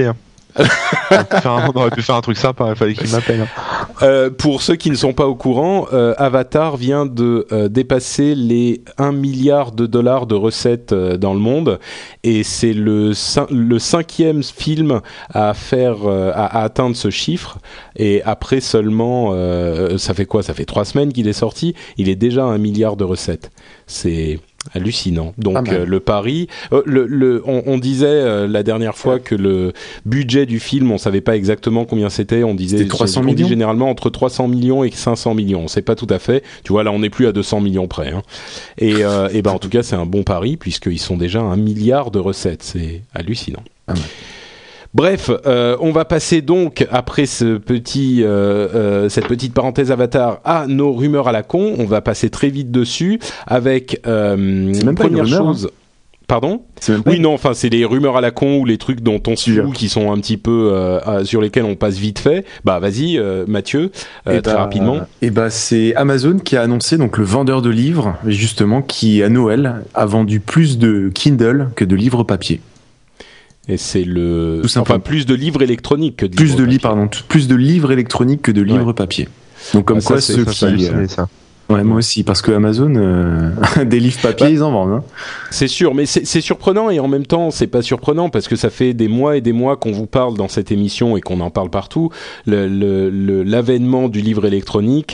On aurait pu faire un truc sympa, il fallait qu'il m'appelle. Pour ceux qui ne sont pas au courant, Avatar vient de dépasser les 1 milliard de dollars de recettes dans le monde, et c'est le 5e film à atteindre ce chiffre, et après seulement, ça fait quoi ? Ça fait 3 semaines qu'il est sorti, il est déjà à 1 milliard de recettes. C'est hallucinant. Donc le pari, on disait la dernière fois que le budget du film, on savait pas exactement combien c'était. On disait 300 millions. On dit généralement entre 300 millions et 500 millions. On sait pas tout à fait. Tu vois, là, on n'est plus à 200 millions près. Hein. Et ben en tout cas, c'est un bon pari puisqu'ils sont déjà à 1 milliard de recettes. C'est hallucinant. Bref, on va passer donc, après cette petite parenthèse Avatar, à nos rumeurs à la con. On va passer très vite dessus avec une première chose. Hein. Pardon ? Oui, non, enfin, c'est les rumeurs à la con ou les trucs dont on se fout qui sont un petit peu sur lesquels on passe vite fait. Bah, vas-y, Mathieu, très rapidement. C'est Amazon qui a annoncé, donc le vendeur de livres, justement, qui à Noël a vendu plus de Kindle que de livres papier. Et c'est plus de livres électroniques que de plus de livres électroniques que de livres papier. Donc comme quoi ceux qui ça. Ouais, moi aussi, parce que Amazon, des livres papier, ils en vendent. Hein. C'est sûr, mais c'est surprenant, et en même temps, c'est pas surprenant, parce que ça fait des mois et des mois qu'on vous parle dans cette émission et qu'on en parle partout. L'avènement du livre électronique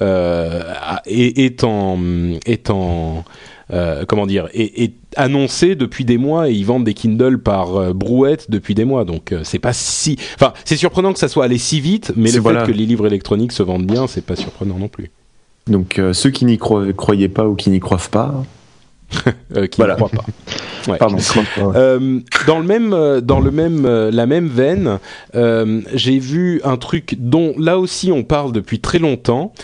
est annoncé depuis des mois, et ils vendent des Kindle par brouette depuis des mois, donc c'est pas si... Enfin, c'est surprenant que ça soit allé si vite, mais fait que les livres électroniques se vendent bien, c'est pas surprenant non plus. Donc ceux qui n'y croyaient pas ou qui n'y croient pas... n'y croient pas. Ouais. Pardon. La même veine, j'ai vu un truc dont là aussi on parle depuis très longtemps,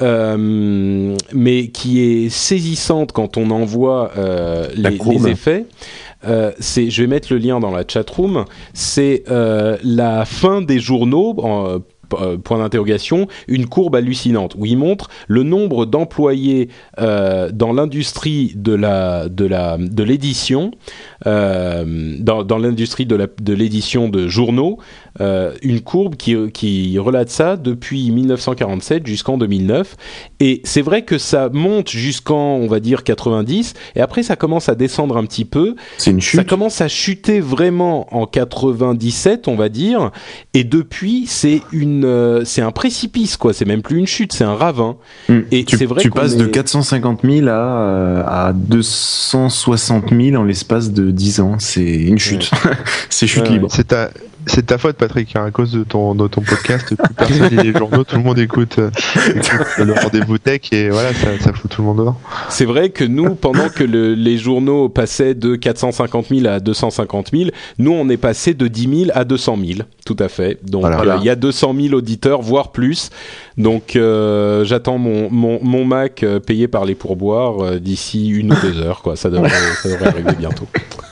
mais qui est saisissante quand on en voit les effets. Je vais mettre le lien dans la chatroom. C'est la fin des journaux. Point d'interrogation, une courbe hallucinante où il montre le nombre d'employés dans l'industrie de l'édition, dans l'industrie de l'édition de journaux, une courbe qui relate ça depuis 1947 jusqu'en 2009, et c'est vrai que ça monte jusqu'en, on va dire, 90, et après ça commence à descendre un petit peu. C'est une chute. Ça commence à chuter vraiment en 97, on va dire, et depuis c'est un précipice, quoi. C'est même plus une chute, c'est un ravin. Et c'est vrai tu passes de 450 000 à 260 000 en l'espace de 10 ans. C'est une chute. Ouais. C'est chute libre. C'est ta faute, Patrick, hein, à cause de ton podcast, plus personne lit les journaux, tout le monde écoute le rendez-vous tech, et voilà, ça fout tout le monde dehors. C'est vrai que nous, pendant que les journaux passaient de 450 000 à 250 000, nous on est passé de 10 000 à 200 000, tout à fait. Donc il y a 200 000 auditeurs, voire plus. Donc j'attends mon Mac payé par les pourboires d'ici 1 ou 2 heures, quoi. Ça devrait arriver bientôt.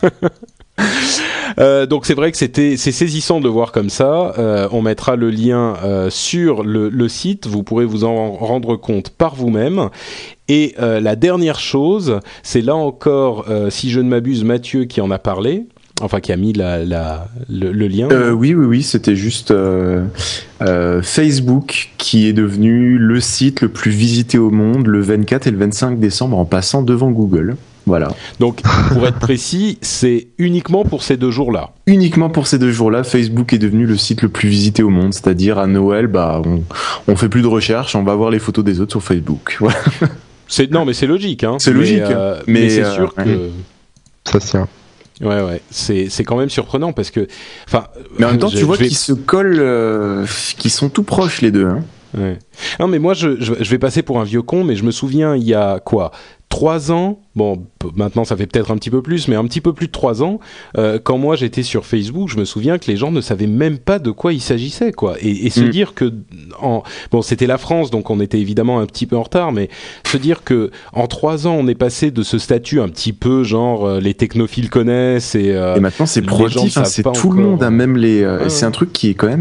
Donc c'est vrai que c'est saisissant de le voir comme ça. On mettra le lien sur le site, vous pourrez vous en rendre compte par vous-même. Et la dernière chose, c'est là encore, si je ne m'abuse, Mathieu qui en a parlé, enfin qui a mis le lien. Oui, c'était juste Facebook qui est devenu le site le plus visité au monde le 24 et le 25 décembre en passant devant Google. Voilà. Donc, pour être précis, c'est uniquement pour ces 2 jours-là. Uniquement pour ces 2 jours-là, Facebook est devenu le site le plus visité au monde. C'est-à-dire à Noël, on fait plus de recherche, on va voir les photos des autres sur Facebook. Voilà. Non, mais c'est logique, hein. C'est logique, mais c'est sûr que ça tient. Ouais, c'est quand même surprenant parce que, enfin. Mais en même temps, tu vois qu'ils se collent, qu'ils sont tout proches les deux, hein. Ouais. Non, mais moi, je vais passer pour un vieux con, mais je me souviens, il y a 3 ans, bon, maintenant ça fait peut-être un petit peu plus, mais un petit peu plus de 3 ans, quand moi j'étais sur Facebook, je me souviens que les gens ne savaient même pas de quoi il s'agissait, quoi. Et se dire que, bon, c'était la France, donc on était évidemment un petit peu en retard, mais se dire que en 3 ans on est passé de ce statut un petit peu genre les technophiles connaissent et maintenant c'est proactif, hein, c'est tout le monde, hein, même c'est un truc qui est quand même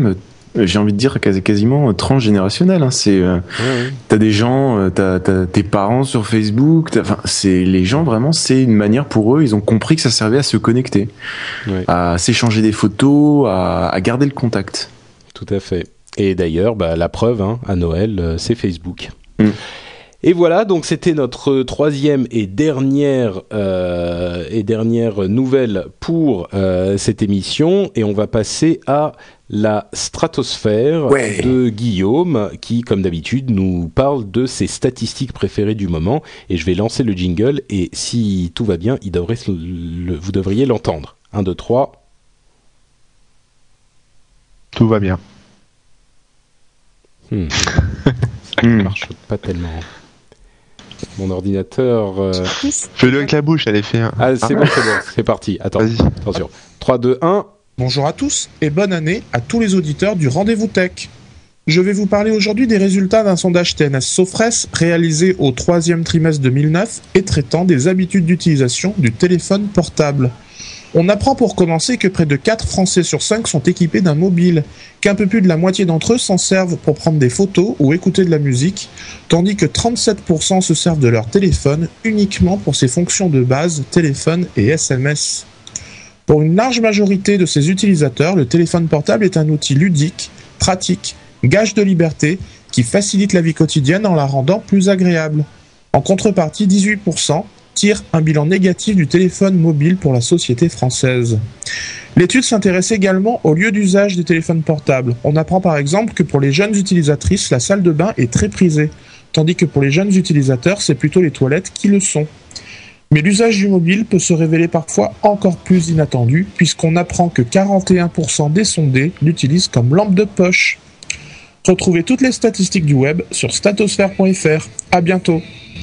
j'ai envie de dire quasiment transgénérationnel. Hein. C'est, t'as des gens, t'as tes parents sur Facebook. C'est les gens vraiment. C'est une manière pour eux. Ils ont compris que ça servait à se connecter, à s'échanger des photos, à garder le contact. Tout à fait. Et d'ailleurs, la preuve, à Noël, c'est Facebook. Et voilà, donc c'était notre troisième et dernière nouvelle pour cette émission. Et on va passer à la stratosphère de Guillaume, qui, comme d'habitude, nous parle de ses statistiques préférées du moment. Et je vais lancer le jingle, et si tout va bien, vous devriez l'entendre. 1, 2, 3. Tout va bien. Ça ne marche pas tellement. Mon ordinateur... Fais-le avec la bouche, allez, fais un... Ah, c'est bon, c'est parti. Attends, vas-y. Attention. 3, 2, 1... Bonjour à tous et bonne année à tous les auditeurs du Rendez-vous Tech. Je vais vous parler aujourd'hui des résultats d'un sondage TNS Sofres réalisé au 3e trimestre 2009 et traitant des habitudes d'utilisation du téléphone portable. On apprend pour commencer que près de 4 Français sur 5 sont équipés d'un mobile, qu'un peu plus de la moitié d'entre eux s'en servent pour prendre des photos ou écouter de la musique, tandis que 37% se servent de leur téléphone uniquement pour ses fonctions de base, téléphone et SMS. Pour une large majorité de ces utilisateurs, le téléphone portable est un outil ludique, pratique, gage de liberté, qui facilite la vie quotidienne en la rendant plus agréable. En contrepartie, 18% tirent un bilan négatif du téléphone mobile pour la société française. L'étude s'intéresse également au lieu d'usage des téléphones portables. On apprend par exemple que pour les jeunes utilisatrices, la salle de bain est très prisée, tandis que pour les jeunes utilisateurs, c'est plutôt les toilettes qui le sont. Mais l'usage du mobile peut se révéler parfois encore plus inattendu, puisqu'on apprend que 41% des sondés l'utilisent comme lampe de poche. Retrouvez toutes les statistiques du web sur statosphere.fr. À bientôt.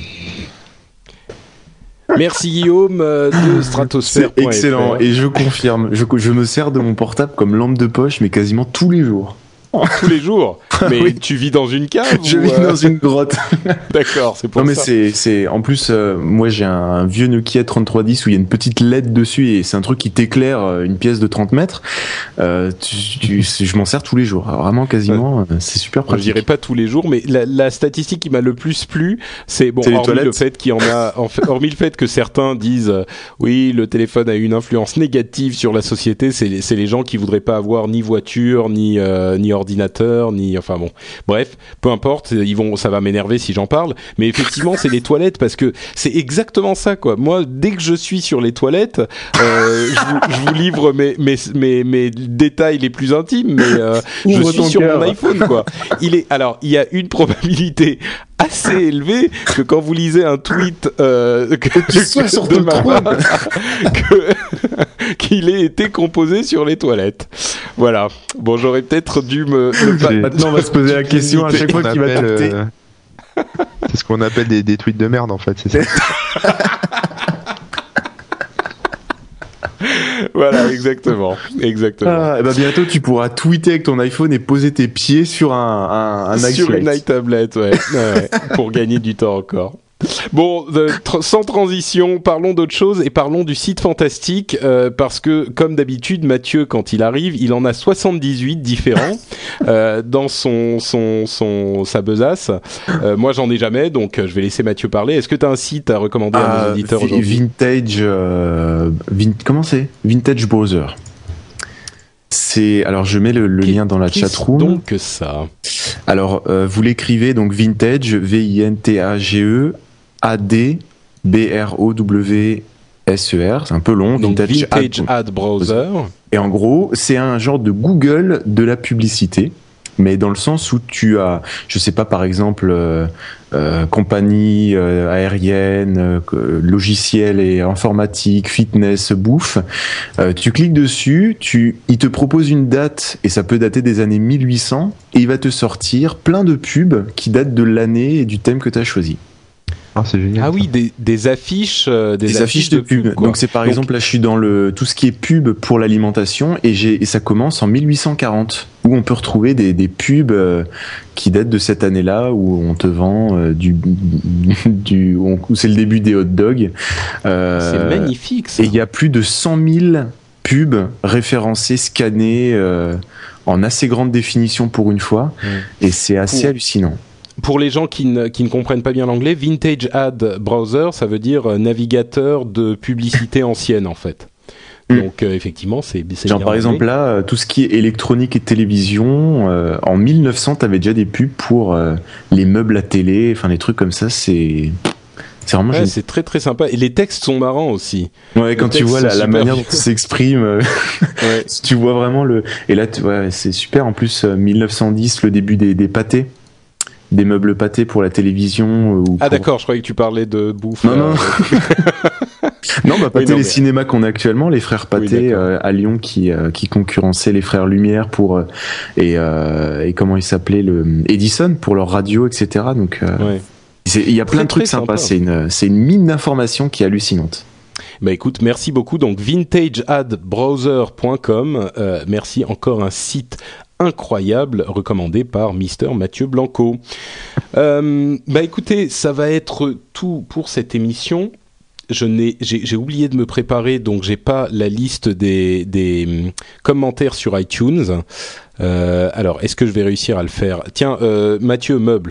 Merci Guillaume de stratosphère.fr. C'est excellent, et je confirme, je me sers de mon portable comme lampe de poche, mais quasiment tous les jours. Tous les jours. Mais oui. Tu vis dans une cave? Je vis dans une grotte. D'accord, c'est pour ça. Non, mais c'est, en plus, moi j'ai un vieux Nokia 3310 où il y a une petite LED dessus et c'est un truc qui t'éclaire une pièce de 30 mètres. Je m'en sers tous les jours. Alors, vraiment, quasiment, c'est super pratique. Je dirais pas tous les jours, mais la statistique qui m'a le plus plu, c'est hormis le fait qu'il y en a, hormis le fait que certains disent, oui, le téléphone a une influence négative sur la société, c'est les gens qui voudraient pas avoir ni voiture, ni ordinateur, enfin bon, bref, peu importe, ça va m'énerver si j'en parle, mais effectivement c'est les toilettes, parce que c'est exactement ça quoi. Moi, dès que je suis sur les toilettes, je vous livre mes détails les plus intimes, mais je suis sur mon iPhone quoi. Il y a une probabilité assez élevé que quand vous lisez un tweet de ma part, qu'il ait été composé sur les toilettes. Voilà. Bon, j'aurais peut-être dû Maintenant, on va se poser la question à chaque fois qu'il va capter. C'est ce qu'on appelle des tweets de merde, en fait, c'est ça. Voilà, exactement. Ah, et ben bientôt, tu pourras tweeter avec ton iPhone et poser tes pieds sur un sur une iTablet, ouais, pour gagner du temps encore. Bon, sans transition, parlons d'autre chose et parlons du site fantastique, parce que, comme d'habitude, Mathieu, quand il arrive, il en a 78 différents dans sa besace. Moi, j'en ai jamais, donc je vais laisser Mathieu parler. Est-ce que tu as un site à recommander à nos auditeurs aujourd'hui? Comment c'est? Vintage Browser. Alors je mets le lien dans la chatroom. Donc que ça. Alors vous l'écrivez donc Vintage, VINTAGE AD BROWSER, c'est un peu long. Donc Vintage Ad Browser. Et en gros, c'est un genre de Google de la publicité, mais dans le sens où tu as, je sais pas, par exemple, compagnie aérienne, logiciel et informatique, fitness, bouffe. Tu cliques dessus, il te propose une date, et ça peut dater des années 1800, et il va te sortir plein de pubs qui datent de l'année et du thème que tu as choisi. Ah, c'est génial. Ah oui, des affiches, des affiches de pub. Donc c'est par exemple, là je suis dans tout ce qui est pub pour l'alimentation, et ça commence en 1840, où on peut retrouver des pubs qui datent de cette année-là, où on te vend où c'est le début des hot dogs. C'est magnifique ça. Et il y a plus de 100 000 pubs référencées, scannées en assez grande définition pour une fois, et c'est assez hallucinant. Pour les gens qui ne comprennent pas bien l'anglais, Vintage Ad Browser, ça veut dire navigateur de publicité ancienne en fait. Donc effectivement, c'est genre par exemple là, tout ce qui est électronique et télévision, en 1900, t'avais déjà des pubs pour les meubles à télé, enfin les trucs comme ça, c'est vraiment génial. C'est très très sympa et les textes sont marrants aussi. Ouais, quand tu vois la manière dont ils s'expriment, tu vois vraiment et là c'est super. En plus 1910, le début des pâtés. Des meubles pâtés pour la télévision. D'accord, je croyais que tu parlais de bouffe. Non. Non, Pathé, les cinémas qu'on a actuellement, les frères Pathé à Lyon qui concurrençaient les frères Lumière pour et comment ils s'appelaient, le Edison pour leur radio, etc. Donc il y a plein de trucs sympas. C'est une mine d'informations qui est hallucinante. Bah écoute, merci beaucoup. Donc vintageadbrowser.com. Merci, encore un site incroyable recommandé par Mister Mathieu Blanco. Bah écoutez, ça va être tout pour cette émission. J'ai oublié de me préparer, donc j'ai pas la liste des commentaires sur iTunes. Alors, est-ce que je vais réussir à le faire ? Tiens, Mathieu, meuble.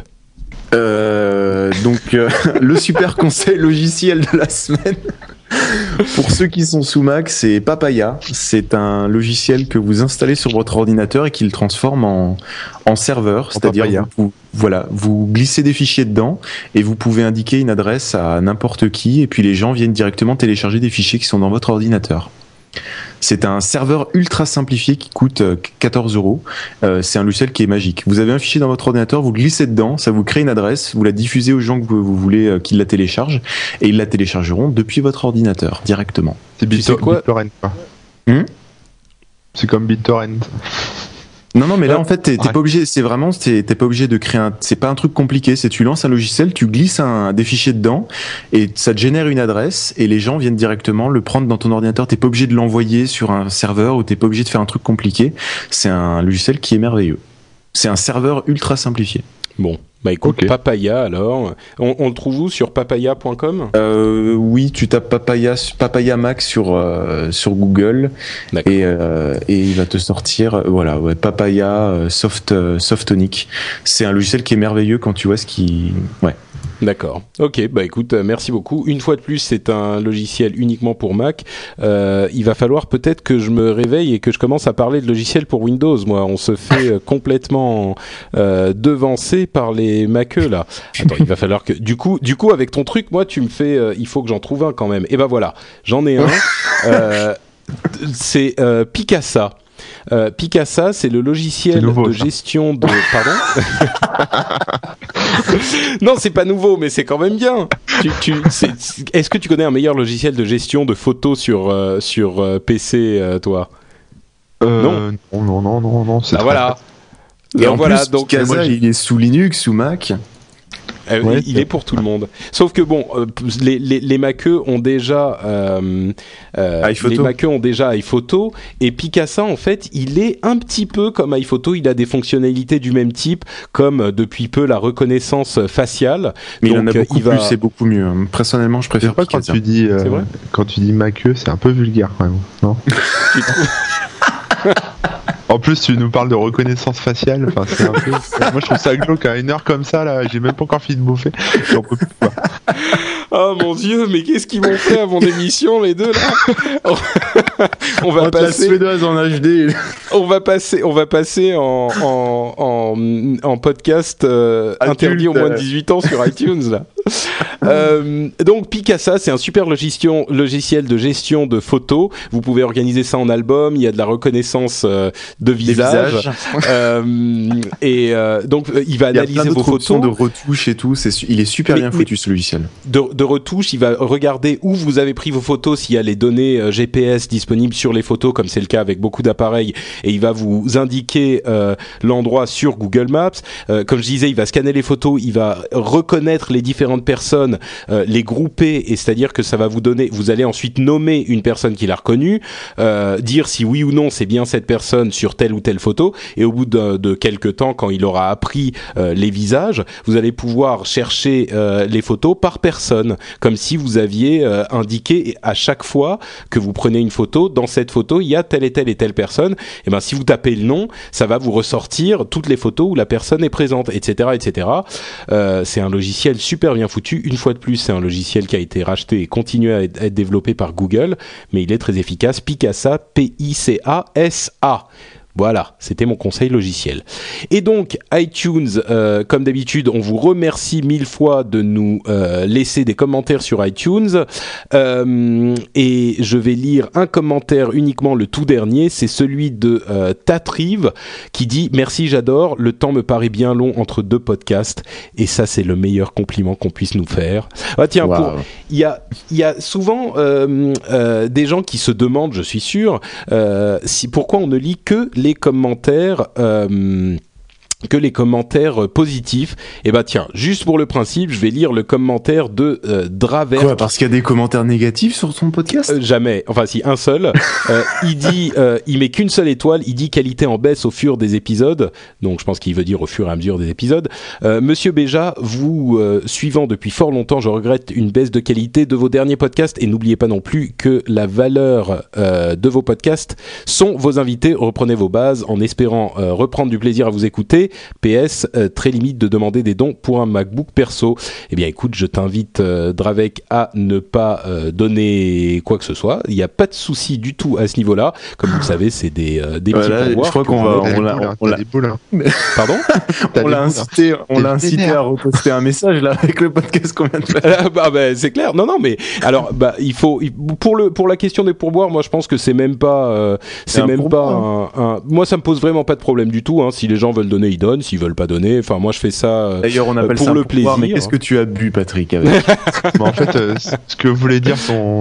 Donc le super conseil logiciel de la semaine pour ceux qui sont sous Mac, c'est Papaya. C'est un logiciel que vous installez sur votre ordinateur et qui le transforme en serveur, c'est-à-dire vous glissez des fichiers dedans et vous pouvez indiquer une adresse à n'importe qui et puis les gens viennent directement télécharger des fichiers qui sont dans votre ordinateur. C'est un serveur ultra simplifié qui coûte 14 €. C'est un logiciel qui est magique. Vous avez un fichier dans votre ordinateur, vous glissez dedans, ça vous crée une adresse, vous la diffusez aux gens que vous voulez qu'ils la téléchargent, et ils la téléchargeront depuis votre ordinateur directement. C'est BitTorrent, quoi. C'est comme BitTorrent. Non, mais là, en fait, t'es pas obligé, t'es pas obligé de créer c'est pas un truc compliqué, c'est tu lances un logiciel, tu glisses des fichiers dedans, et ça te génère une adresse, et les gens viennent directement le prendre dans ton ordinateur, t'es pas obligé de l'envoyer sur un serveur, ou t'es pas obligé de faire un truc compliqué, c'est un logiciel qui est merveilleux. C'est un serveur ultra simplifié. Bon. Bah écoute, Papaya alors, on le trouve où, sur papaya.com ? Oui, tu tapes Papaya Mac sur Google et il va te sortir Papaya Softonic. C'est un logiciel qui est merveilleux quand tu vois ce qui D'accord. Ok, bah écoute, merci beaucoup. Une fois de plus, c'est un logiciel uniquement pour Mac. Il va falloir peut-être que je me réveille et que je commence à parler de logiciels pour Windows. Moi, on se fait complètement devancer par les Maceux là. Attends, il va falloir que du coup, avec ton truc, moi, tu me fais. Il faut que j'en trouve un quand même. Et ben voilà, j'en ai un. C'est Picasa. Picasa, c'est le logiciel de gestion de... Pardon ? Non, c'est pas nouveau, mais c'est quand même bien. Est-ce que tu connais un meilleur logiciel de gestion de photos sur PC, toi ? Non. Non. C'est voilà. Et en plus, donc Picasa, il est sous Linux, sous Mac. Il est pour tout le monde. Sauf que bon, les Maceux ont déjà iPhoto et Picasa en fait, il est un petit peu comme iPhoto. Il a des fonctionnalités du même type, comme depuis peu la reconnaissance faciale. Mais donc, il en a beaucoup plus, c'est beaucoup mieux. Personnellement, je préfère Picasa. Quand tu dis Maceux, c'est un peu vulgaire quand même, non ? Tu trouves ? En plus, tu nous parles de reconnaissance faciale. Enfin, c'est un peu... Moi, je trouve ça glauque à une heure comme ça. Là, j'ai même pas encore fini de bouffer. J'en peux plus, quoi. Oh mon Dieu, mais qu'est-ce qu'ils m'ont fait à mon émission, les deux là ? On va passer la suédoise en HD. On va passer en podcast interdit aux moins de 18 ans sur iTunes là. Donc Picasa, c'est un super logiciel de gestion de photos. Vous pouvez organiser ça en album. Il y a de la reconnaissance de visage. Donc il va analyser vos photos, de retouches et tout. Il est super bien foutu ce logiciel. De retouches, il va regarder où vous avez pris vos photos, s'il y a les données GPS disponibles sur les photos, comme c'est le cas avec beaucoup d'appareils, et il va vous indiquer l'endroit sur Google Maps. Comme je disais, il va scanner les photos, il va reconnaître les différents différentes personnes, les grouper, et c'est-à-dire que ça va vous allez ensuite nommer une personne qui l'a reconnue, dire si oui ou non c'est bien cette personne sur telle ou telle photo, et au bout de quelques temps, quand il aura appris les visages, vous allez pouvoir chercher les photos par personne, comme si vous aviez indiqué à chaque fois que vous prenez une photo, dans cette photo il y a telle et telle et telle personne. Et ben si vous tapez le nom, ça va vous ressortir toutes les photos où la personne est présente, etc., etc. C'est un logiciel super bien foutu. Une fois de plus, c'est un logiciel qui a été racheté et continue à être développé par Google, mais il est très efficace. Picasa, P-I-C-A-S-A. Voilà, c'était mon conseil logiciel. Et donc, iTunes, comme d'habitude, on vous remercie 1000 fois de nous laisser des commentaires sur iTunes. Et je vais lire un commentaire uniquement, le tout dernier, c'est celui de Tatrive, qui dit « Merci, j'adore, le temps me paraît bien long entre deux podcasts. » Et ça, c'est le meilleur compliment qu'on puisse nous faire. Ah, tiens, il y a souvent des gens qui se demandent, je suis sûr, pourquoi on ne lit que les commentaires positifs. Et bah tiens, juste pour le principe, je vais lire le commentaire de Draver. Quoi, parce qu'il y a des commentaires négatifs sur ton podcast ? Jamais. Enfin si, un seul. Il dit, il met qu'une seule étoile, il dit qualité en baisse au fur des épisodes. Donc je pense qu'il veut dire au fur et à mesure des épisodes. Monsieur Béja, vous suivant depuis fort longtemps, je regrette une baisse de qualité de vos derniers podcasts, et n'oubliez pas non plus que la valeur de vos podcasts sont vos invités. Reprenez vos bases en espérant reprendre du plaisir à vous écouter. PS, très limite de demander des dons pour un MacBook perso. Eh bien écoute, je t'invite Dravec à ne pas donner quoi que ce soit. Il n'y a pas de souci du tout à ce niveau-là. Comme vous le savez, c'est des petits pourboires. Je crois qu'on l'a Pardon. On l'a incité à reposter un message là avec le podcast qu'on vient de faire. C'est clair. Non mais alors il faut pour la question des pourboires, moi je pense que c'est même pas moi ça me pose vraiment pas de problème du tout, hein. Si les gens veulent donner, ils donnent. S'ils veulent pas donner, enfin moi je fais ça. D'ailleurs, on appelle pour ça le plaisir. Mais qu'est-ce que tu as bu, Patrick, avec En fait, ce que voulait dire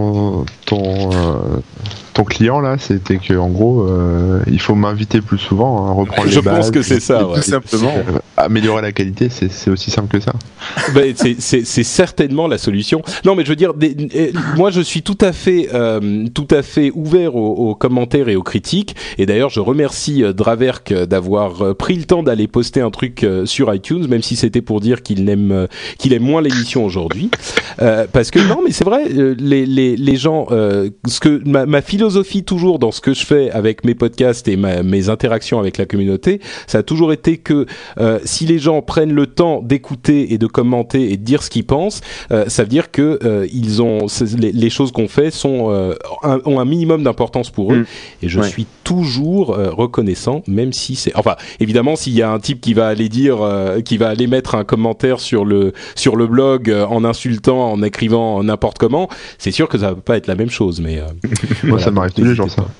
ton client là, c'était que en gros, il faut m'inviter plus souvent, hein, reprendre les bases. Je pense que c'est ça, ouais. Tout simplement. Améliorer la qualité, c'est aussi simple que ça. C'est certainement la solution. Non, mais je veux dire, moi je suis tout à fait ouvert aux commentaires et aux critiques. Et d'ailleurs, je remercie Draverk d'avoir pris le temps d'aller poster un truc sur iTunes, même si c'était pour dire qu'il aime moins l'émission aujourd'hui. Parce que non, mais c'est vrai, les gens, ce que ma philosophie toujours dans ce que je fais avec mes podcasts et mes interactions avec la communauté, ça a toujours été que si les gens prennent le temps d'écouter et de commenter et de dire ce qu'ils pensent, ça veut dire que les choses qu'on fait ont un minimum d'importance pour eux. Et je suis toujours reconnaissant, même si c'est, enfin évidemment s'il y a un type qui va aller dire, qui va aller mettre un commentaire sur le blog en insultant, en écrivant n'importe comment, c'est sûr que ça va pas être la même chose. Mais moi ça m'arrive tous les jours ça.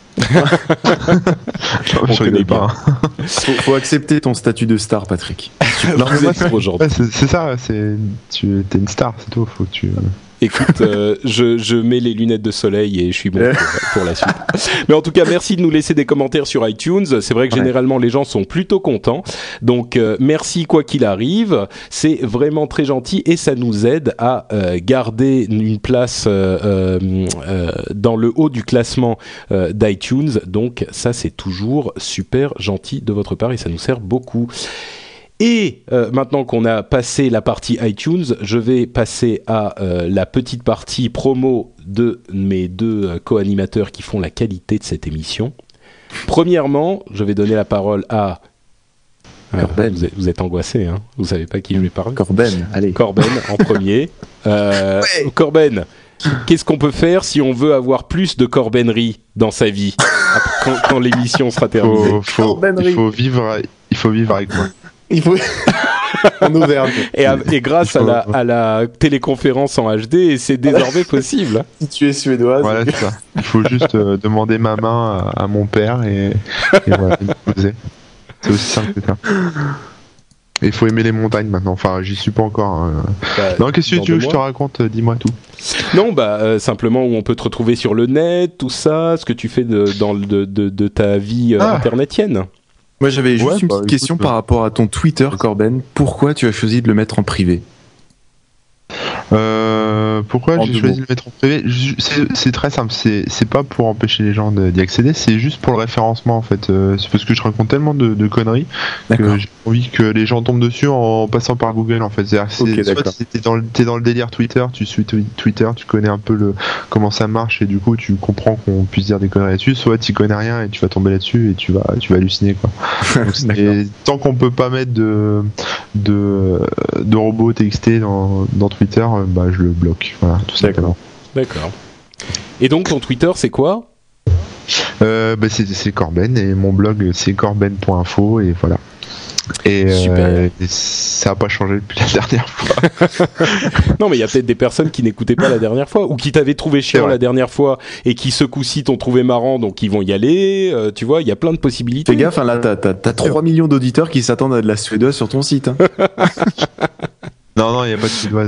Je connais pas. Faut accepter ton statut de star, Patrick. C'est ça, tu es une star, c'est tout. Faut que tu. Écoute, je mets les lunettes de soleil et je suis bon pour la suite. Mais en tout cas, merci de nous laisser des commentaires sur iTunes. C'est vrai que généralement les gens sont plutôt contents. Donc merci quoi qu'il arrive. C'est vraiment très gentil et ça nous aide à garder une place dans le haut du classement d'iTunes. Donc ça, c'est toujours super gentil de votre part et ça nous sert beaucoup. Et maintenant qu'on a passé la partie iTunes, je vais passer à la petite partie promo de mes deux co-animateurs qui font la qualité de cette émission. Premièrement, je vais donner la parole à... Corben. Vous êtes angoissé, hein, vous savez pas qui je vais parler. Corben, allez. Corben en premier. Corben, qu'est-ce qu'on peut faire si on veut avoir plus de corbenerie dans sa vie quand l'émission sera terminée? Il faut vivre avec moi. Il faut en Auvergne. Et grâce à la téléconférence en HD, c'est désormais possible. Si tu es suédoise. Voilà, c'est ça. Il faut juste demander ma main à mon père et voilà, poser. C'est aussi simple que ça. Et il faut aimer les montagnes maintenant. Enfin, j'y suis pas encore. Hein. Non, qu'est-ce que tu veux que je te raconte? Dis-moi tout. Non, simplement où on peut te retrouver sur le net, tout ça, ce que tu fais de ta vie internetienne. Moi, j'avais juste une petite question par rapport à ton Twitter, Corben. Pourquoi tu as choisi de le mettre en privé? Pourquoi j'ai choisi de le mettre en privé? C'est très simple, c'est pas pour empêcher les gens d'y accéder, c'est juste pour le référencement en fait. C'est parce que je raconte tellement de conneries que j'ai envie que les gens tombent dessus en passant par Google en fait. C'est-à-dire soit t'es dans le délire Twitter, tu suis Twitter, tu connais un peu comment ça marche et du coup tu comprends qu'on puisse dire des conneries là-dessus, soit tu connais rien et tu vas tomber là-dessus et tu vas halluciner quoi. Et tant qu'on peut pas mettre de robots TXT dans Twitter, je le bloque. Voilà, tout simplement. D'accord. Et donc ton Twitter c'est quoi? C'est Corben et mon blog c'est corben.info et voilà. Et ça n'a pas changé depuis la dernière fois. Non, mais il y a peut-être des personnes qui n'écoutaient pas la dernière fois ou qui t'avaient trouvé chiant la dernière fois et qui ce coup-ci t'ont trouvé marrant, donc ils vont y aller. Tu vois, il y a plein de possibilités. Fais gaffe, là, t'as 3 millions d'auditeurs qui s'attendent à de la suédoise sur ton site. Hein. Non, il n'y a pas de suédoise.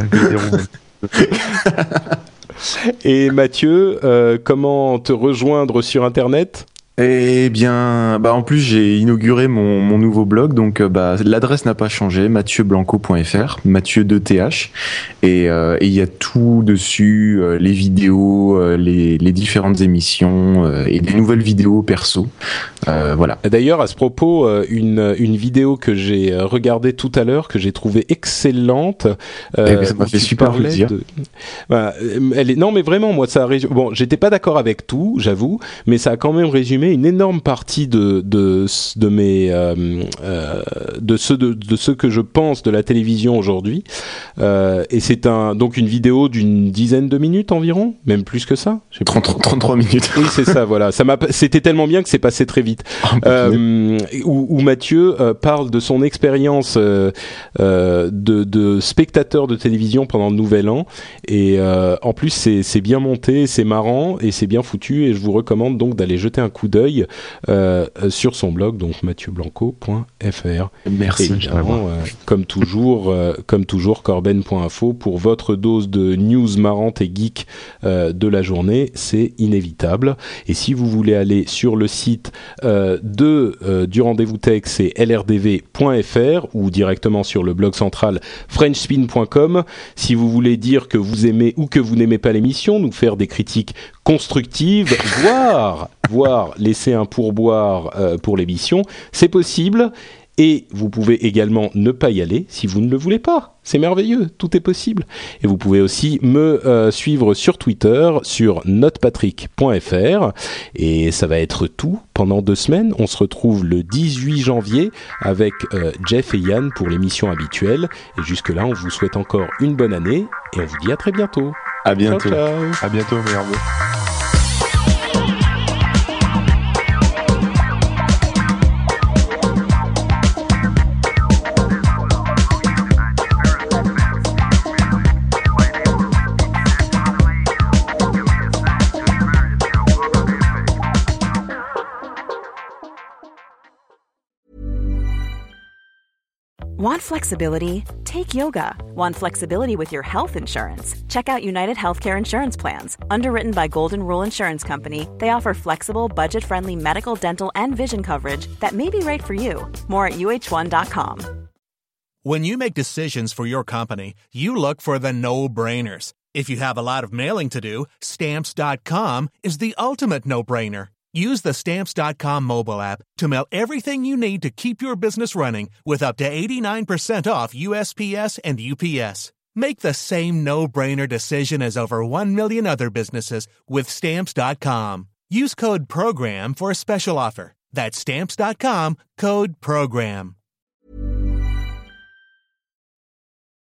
Et Mathieu, comment te rejoindre sur Internet ? Eh bien, en plus j'ai inauguré mon nouveau blog, donc l'adresse n'a pas changé, mathieu.blanco.fr, Mathieu 2th, et il y a tout dessus, les vidéos, les différentes émissions et des nouvelles vidéos perso, voilà. D'ailleurs, à ce propos, une vidéo que j'ai regardée tout à l'heure, que j'ai trouvée excellente, ça m'a fait super plaisir. Non, mais vraiment, moi, ça a résumé. Bon, j'étais pas d'accord avec tout, j'avoue, mais ça a quand même résumé une énorme partie de ce que je pense de la télévision aujourd'hui. Et c'est donc une vidéo d'une dizaine de minutes environ, même plus que ça. 33 minutes. Oui, c'est ça, voilà. C'était tellement bien que c'est passé très vite. Où Mathieu parle de son expérience de spectateur de télévision pendant le Nouvel An. Et en plus, c'est bien monté, c'est marrant et c'est bien foutu. Et je vous recommande donc d'aller jeter un coup d'œil sur son blog, donc mathieuBlanco.fr. Merci. Et évidemment, comme toujours, corben.info pour votre dose de news marrantes et geek de la journée, c'est inévitable. Et si vous voulez aller sur le site du Rendez-vous Tech, c'est lrdv.fr ou directement sur le blog central frenchspin.com. Si vous voulez dire que vous aimez ou que vous n'aimez pas l'émission, nous faire des critiques constructives, voire laisser un pourboire pour l'émission, c'est possible. Et vous pouvez également ne pas y aller si vous ne le voulez pas. C'est merveilleux, tout est possible. Et vous pouvez aussi me suivre sur Twitter, sur notepatrick.fr. Et ça va être tout pendant 2 semaines. On se retrouve le 18 janvier avec Jeff et Yann pour l'émission habituelle. Et jusque-là, on vous souhaite encore une bonne année et on vous dit à très bientôt. À bientôt. Ciao, ciao. À bientôt, meilleur vœu. Want flexibility? Take yoga. Want flexibility with your health insurance? Check out United Healthcare Insurance Plans. Underwritten by Golden Rule Insurance Company, they offer flexible, budget-friendly medical, dental, and vision coverage that may be right for you. More at uh1.com. When you make decisions for your company, you look for the no-brainers. If you have a lot of mailing to do, Stamps.com is the ultimate no-brainer. Use the Stamps.com mobile app to mail everything you need to keep your business running with up to 89% off USPS and UPS. Make the same no-brainer decision as over 1 million other businesses with Stamps.com. Use code PROGRAM for a special offer. That's Stamps.com, code PROGRAM.